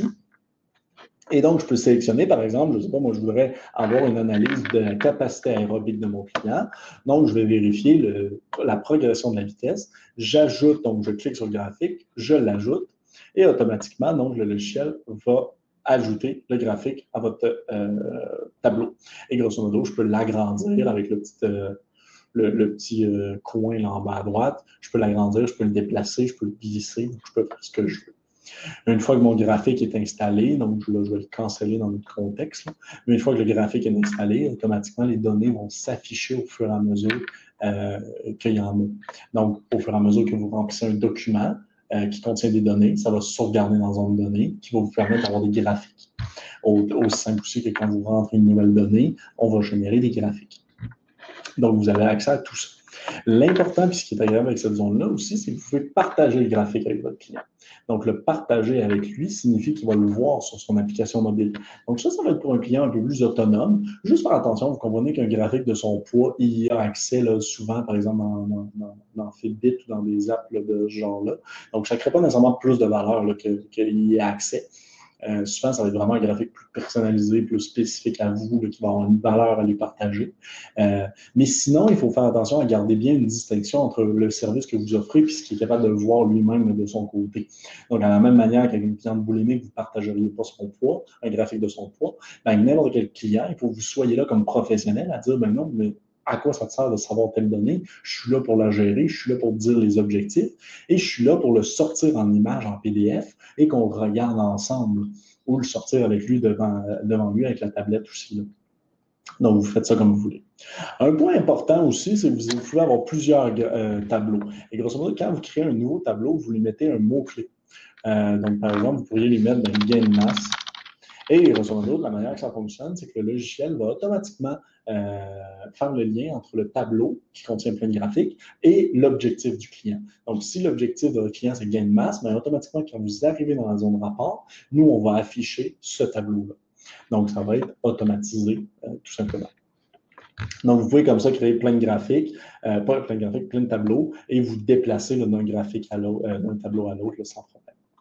Et donc, je peux sélectionner, par exemple, je ne sais pas, moi, je voudrais avoir une analyse de la capacité aérobique de mon client. Donc, je vais vérifier le, la progression de la vitesse. J'ajoute, donc, je clique sur le graphique, je l'ajoute, et automatiquement, donc, le logiciel va ajouter le graphique à votre euh, tableau. Et grosso modo, je peux l'agrandir avec le petit, euh, le, le petit euh, coin là en bas à droite. Je peux l'agrandir, je peux le déplacer, je peux le glisser, donc je peux faire ce que je veux. Une fois que mon graphique est installé, donc là, je vais le canceller dans notre contexte, là, mais une fois que le graphique est installé, automatiquement, les données vont s'afficher au fur et à mesure euh, qu'il y en a. Donc, au fur et à mesure que vous remplissez un document euh, qui contient des données, ça va se sauvegarder dans une zone donnée qui va vous permettre d'avoir des graphiques. Aussi simple aussi que quand vous rentrez une nouvelle donnée, on va générer des graphiques. Donc, vous avez accès à tout ça. L'important, puis ce qui est agréable avec cette zone-là aussi, c'est que vous pouvez partager le graphique avec votre client. Donc, le partager avec lui signifie qu'il va le voir sur son application mobile. Donc, ça, ça va être pour un client un peu plus autonome. Juste faire attention, vous comprenez qu'un graphique de son poids, il y a accès là, souvent, par exemple, dans, dans, dans, dans Fitbit ou dans des apps là, de ce genre-là. Donc, ça ne crée pas nécessairement plus de valeur là, qu'il que y ait accès. Euh, souvent, ça va être vraiment un graphique plus personnalisé, plus spécifique à vous, là, qui va avoir une valeur à lui partager. Euh, mais sinon, il faut faire attention à garder bien une distinction entre le service que vous offrez et ce qu'il est capable de voir lui-même là, de son côté. Donc, à la même manière qu'avec une cliente boulémique, vous ne partageriez pas son poids, un graphique de son poids, ben, n'importe quel client, il faut que vous soyez là comme professionnel à dire, ben non, mais à quoi ça te sert de savoir telle donnée? Je suis là pour la gérer, je suis là pour dire les objectifs et je suis là pour le sortir en image, en P D F et qu'on le regarde ensemble ou le sortir avec lui devant, devant lui avec la tablette aussi. Là. Donc, vous faites ça comme vous voulez. Un point important aussi, c'est que vous pouvez avoir plusieurs euh, tableaux. Et grosso modo, quand vous créez un nouveau tableau, vous lui mettez un mot-clé. Euh, donc, par exemple, vous pourriez lui mettre ben, gain de masse. Et grosso modo, la manière que ça fonctionne, c'est que le logiciel va automatiquement euh, faire le lien entre le tableau qui contient plein de graphiques et l'objectif du client. Donc, si l'objectif de votre client, c'est gain de masse, bien, automatiquement, quand vous arrivez dans la zone rapport, nous, on va afficher ce tableau-là. Donc, ça va être automatisé, euh, tout simplement. Donc, vous pouvez comme ça créer plein de graphiques, euh, pas plein de graphiques, plein de tableaux, et vous déplacer d'un graphique à l'autre, euh, d'un tableau à l'autre, sans problème.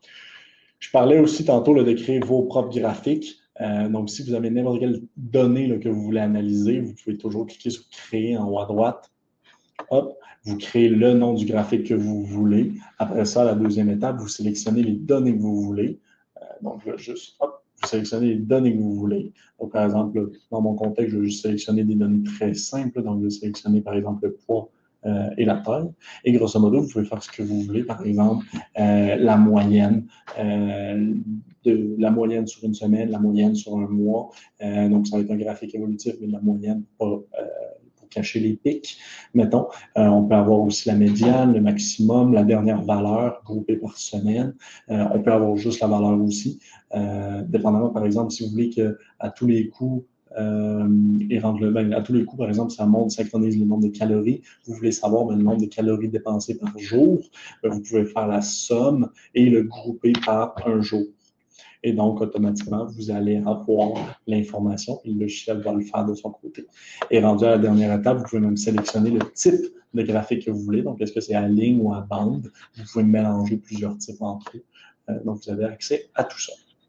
Je parlais aussi tantôt là, de créer vos propres graphiques. Euh, donc, si vous avez n'importe quelle donnée là, que vous voulez analyser, vous pouvez toujours cliquer sur Créer en haut à droite. Hop, vous créez le nom du graphique que vous voulez. Après ça, la deuxième étape, vous sélectionnez les données que vous voulez. Euh, donc, là, juste, hop, vous sélectionnez les données que vous voulez. Donc, par exemple, dans mon contexte, je vais juste sélectionner des données très simples. Donc, je vais sélectionner, par exemple, le poids euh, et la taille. Et grosso modo, vous pouvez faire ce que vous voulez. Par exemple, euh, la moyenne, euh, de la moyenne sur une semaine, la moyenne sur un mois. Euh, donc, ça va être un graphique évolutif, mais de la moyenne, pas euh, pour cacher les pics, mettons. Euh, on peut avoir aussi la médiane, le maximum, la dernière valeur groupée par semaine. Euh, on peut avoir juste la valeur aussi. Euh, dépendamment, par exemple, si vous voulez qu'à tous les coups, euh, et rendre le ben, à tous les coups, par exemple, ça montre, synchronise le nombre de calories. Vous voulez savoir ben, le nombre de calories dépensées par jour. Ben, vous pouvez faire la somme et le grouper par un jour. Et donc, automatiquement, vous allez avoir l'information et le logiciel va le faire de son côté. Et rendu à la dernière étape, vous pouvez même sélectionner le type de graphique que vous voulez. Donc, est-ce que c'est à ligne ou à bande? Vous pouvez mélanger plusieurs types entre eux. Euh, donc, vous avez accès à tout ça.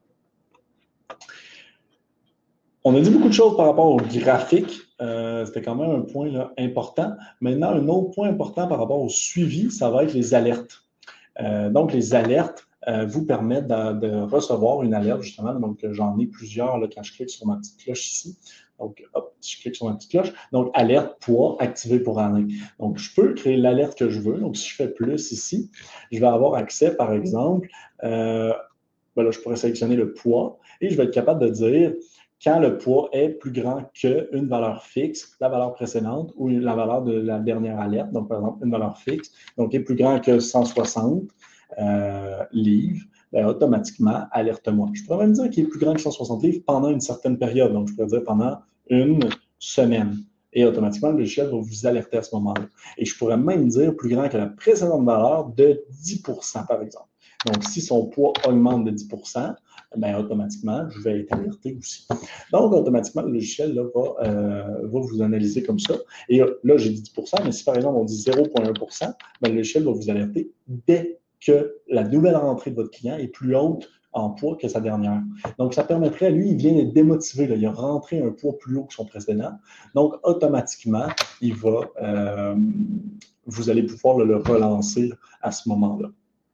On a dit beaucoup de choses par rapport au graphique. Euh, c'était quand même un point là, important. Maintenant, un autre point important par rapport au suivi, ça va être les alertes. Euh, donc, les alertes euh, vous permettent de, de recevoir une alerte, justement. Donc, j'en ai plusieurs là, quand je clique sur ma petite cloche ici. Donc, hop, je clique sur ma petite cloche. Donc, alerte, poids, activé pour année. Donc, je peux créer l'alerte que je veux. Donc, si je fais plus ici, je vais avoir accès, par exemple, euh, ben là, je pourrais sélectionner le poids et je vais être capable de dire quand le poids est plus grand qu'une valeur fixe, la valeur précédente ou la valeur de la dernière alerte, donc par exemple une valeur fixe, donc est plus grand que cent soixante euh, livres, bien, automatiquement, alerte-moi. Je pourrais même dire qu'il est plus grand que cent soixante livres pendant une certaine période, donc je pourrais dire pendant une semaine. Et automatiquement, le logiciel va vous alerter à ce moment-là. Et je pourrais même dire plus grand que la précédente valeur de dix pour cent, par exemple. Donc, si son poids augmente de dix pour cent, bien, automatiquement, je vais être alerté aussi. Donc, automatiquement, le logiciel là, va, euh, va vous analyser comme ça. Et là, j'ai dit dix pour cent, mais si par exemple, on dit zéro virgule un pour cent, bien, le logiciel va vous alerter dès que la nouvelle rentrée de votre client est plus haute en poids que sa dernière. Donc, ça permettrait à lui, il vient d'être démotivé. Là, il a rentré un poids plus haut que son précédent. Donc, automatiquement, il va, euh, vous allez pouvoir là, le relancer à ce moment-là.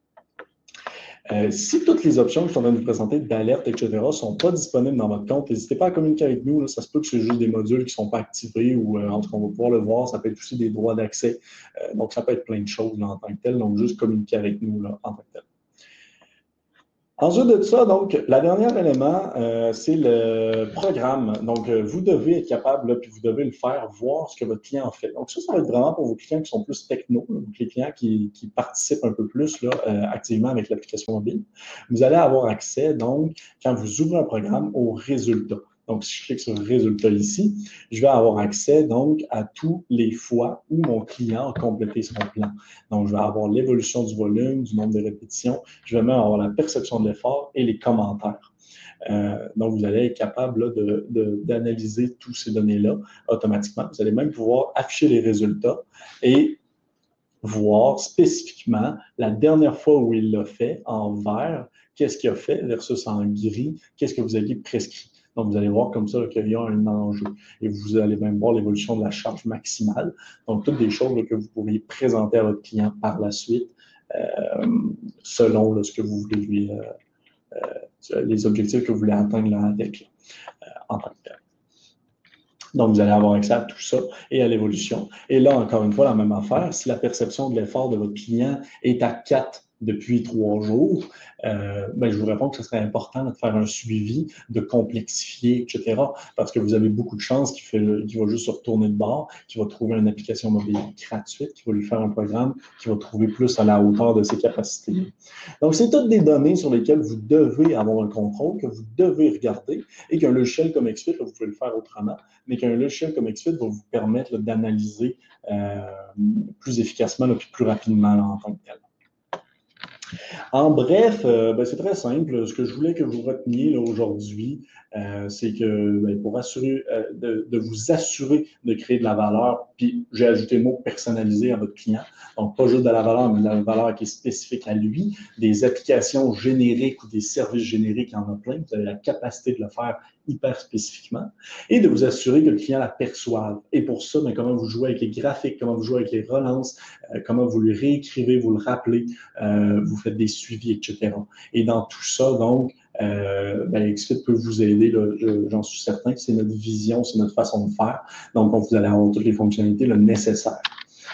Euh, si toutes les options que je suis en train de vous présenter, d'alerte, et cetera, ne sont pas disponibles dans votre compte, n'hésitez pas à communiquer avec nous. Là. Ça se peut que c'est juste des modules qui ne sont pas activés ou euh, en tout cas, on va pouvoir le voir. Ça peut être aussi des droits d'accès. Euh, donc, ça peut être plein de choses là, en tant que tel. Donc, juste communiquer avec nous là, en tant que tel. Ensuite de ça, donc, le dernier élément, euh, c'est le programme. Donc, euh, vous devez être capable, là, puis vous devez le faire, voir ce que votre client en fait. Donc, ça, ça va être vraiment pour vos clients qui sont plus techno, là, donc les clients qui, qui participent un peu plus là, euh, activement avec l'application mobile. Vous allez avoir accès, donc, quand vous ouvrez un programme, aux résultats. Donc, si je clique sur résultat ici, je vais avoir accès donc à tous les fois où mon client a complété son plan. Donc, je vais avoir l'évolution du volume, du nombre de répétitions. Je vais même avoir la perception de l'effort et les commentaires. Euh, donc, vous allez être capable là, de, de, d'analyser toutes ces données-là automatiquement. Vous allez même pouvoir afficher les résultats et voir spécifiquement la dernière fois où il l'a fait en vert, qu'est-ce qu'il a fait versus en gris, qu'est-ce que vous aviez prescrit. Donc, vous allez voir comme ça qu'il y a un enjeu. Et vous allez même voir l'évolution de la charge maximale. Donc, toutes des choses là, que vous pourriez présenter à votre client par la suite, euh, selon là, ce que vous voulez lui, euh, euh, les objectifs que vous voulez atteindre là, avec, euh, en tant que tel. Donc, vous allez avoir accès à tout ça et à l'évolution. Et là, encore une fois, la même affaire. Si la perception de l'effort de votre client est à quatre depuis trois jours, euh, ben, je vous réponds que ce serait important de faire un suivi, de complexifier, et cetera. Parce que vous avez beaucoup de chances qu'il, fait, qu'il va juste se retourner de bord, qu'il va trouver une application mobile gratuite, qu'il va lui faire un programme qui va trouver plus à la hauteur de ses capacités. Donc, c'est toutes des données sur lesquelles vous devez avoir un contrôle, que vous devez regarder, et qu'un logiciel comme XFIT, là, vous pouvez le faire autrement, mais qu'un logiciel comme XFIT va vous permettre là, d'analyser euh, plus efficacement et plus rapidement là, en tant que tel. En bref, euh, ben, c'est très simple. Ce que je voulais que vous reteniez là, aujourd'hui, euh, c'est que ben, pour assurer, euh, de, de vous assurer de créer de la valeur, puis j'ai ajouté le mot personnalisé à votre client. Donc, pas juste de la valeur, mais de la valeur qui est spécifique à lui, des applications génériques ou des services génériques, il y en a plein. Vous avez la capacité de le faire hyper spécifiquement et de vous assurer que le client la perçoive. Et pour ça, ben, comment vous jouez avec les graphiques, comment vous jouez avec les relances, euh, comment vous lui réécrivez, vous le rappelez, euh, vous faites des suivis, et cetera. Et dans tout ça, donc, euh, ben, XFIT peut vous aider, là, je, j'en suis certain, c'est notre vision, c'est notre façon de faire. Donc, vous allez avoir toutes les fonctionnalités là, nécessaires.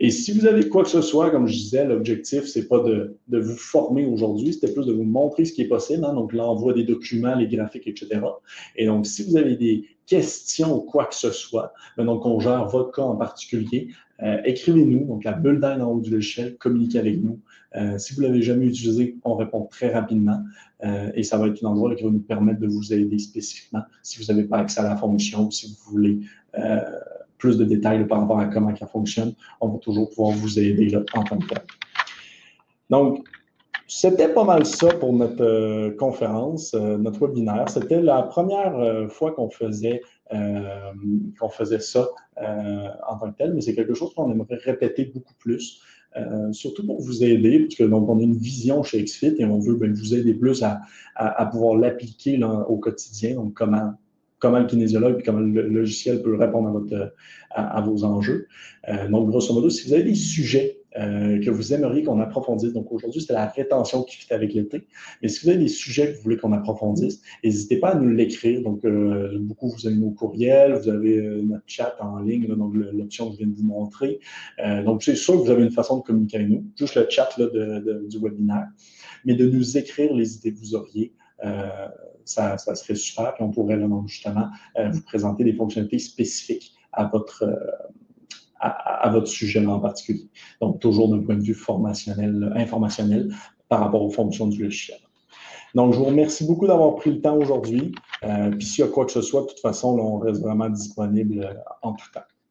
Et si vous avez quoi que ce soit, comme je disais, l'objectif, c'est pas de, de vous former aujourd'hui, c'était plus de vous montrer ce qui est possible, hein, donc l'envoi des documents, les graphiques, et cetera. Et donc, si vous avez des questions ou quoi que ce soit, ben donc on gère votre cas en particulier, euh, écrivez-nous, donc la bulle d'aide en haut du logiciel, communiquez avec nous. Euh, si vous ne l'avez jamais utilisé, on répond très rapidement euh, et ça va être un endroit qui va nous permettre de vous aider spécifiquement si vous n'avez pas accès à la fonction, si vous voulez euh, plus de détails par rapport à comment ça fonctionne, on va toujours pouvoir vous aider là, en tant que tel. Donc, c'était pas mal ça pour notre euh, conférence, euh, notre webinaire. C'était la première euh, fois qu'on faisait, euh, qu'on faisait ça euh, en tant que tel, mais c'est quelque chose qu'on aimerait répéter beaucoup plus, euh, surtout pour vous aider, parce que donc on a une vision chez XFIT et on veut ben, vous aider plus à, à, à pouvoir l'appliquer là, au quotidien, donc comment comment le kinésiologue et comment le logiciel peut répondre à, votre, à, à vos enjeux. Euh, donc, grosso modo, si vous avez des sujets euh, que vous aimeriez qu'on approfondisse, donc aujourd'hui, c'était la rétention qui fit avec l'été, mais si vous avez des sujets que vous voulez qu'on approfondisse, n'hésitez pas à nous l'écrire. Donc, euh, beaucoup, vous avez nos courriels, vous avez euh, notre chat en ligne, là, donc l'option que je viens de vous montrer. Euh, donc, c'est sûr que vous avez une façon de communiquer avec nous, juste le chat là, de, de, du webinaire, mais de nous écrire les idées que vous auriez. Euh, Ça, ça serait super, puis on pourrait là, donc, justement euh, vous présenter des fonctionnalités spécifiques à votre, euh, à, à votre sujet en particulier. Donc, toujours d'un point de vue formationnel, informationnel par rapport aux fonctions du logiciel. Donc, je vous remercie beaucoup d'avoir pris le temps aujourd'hui. Euh, puis s'il y a quoi que ce soit, de toute façon, là, on reste vraiment disponible euh, en tout temps.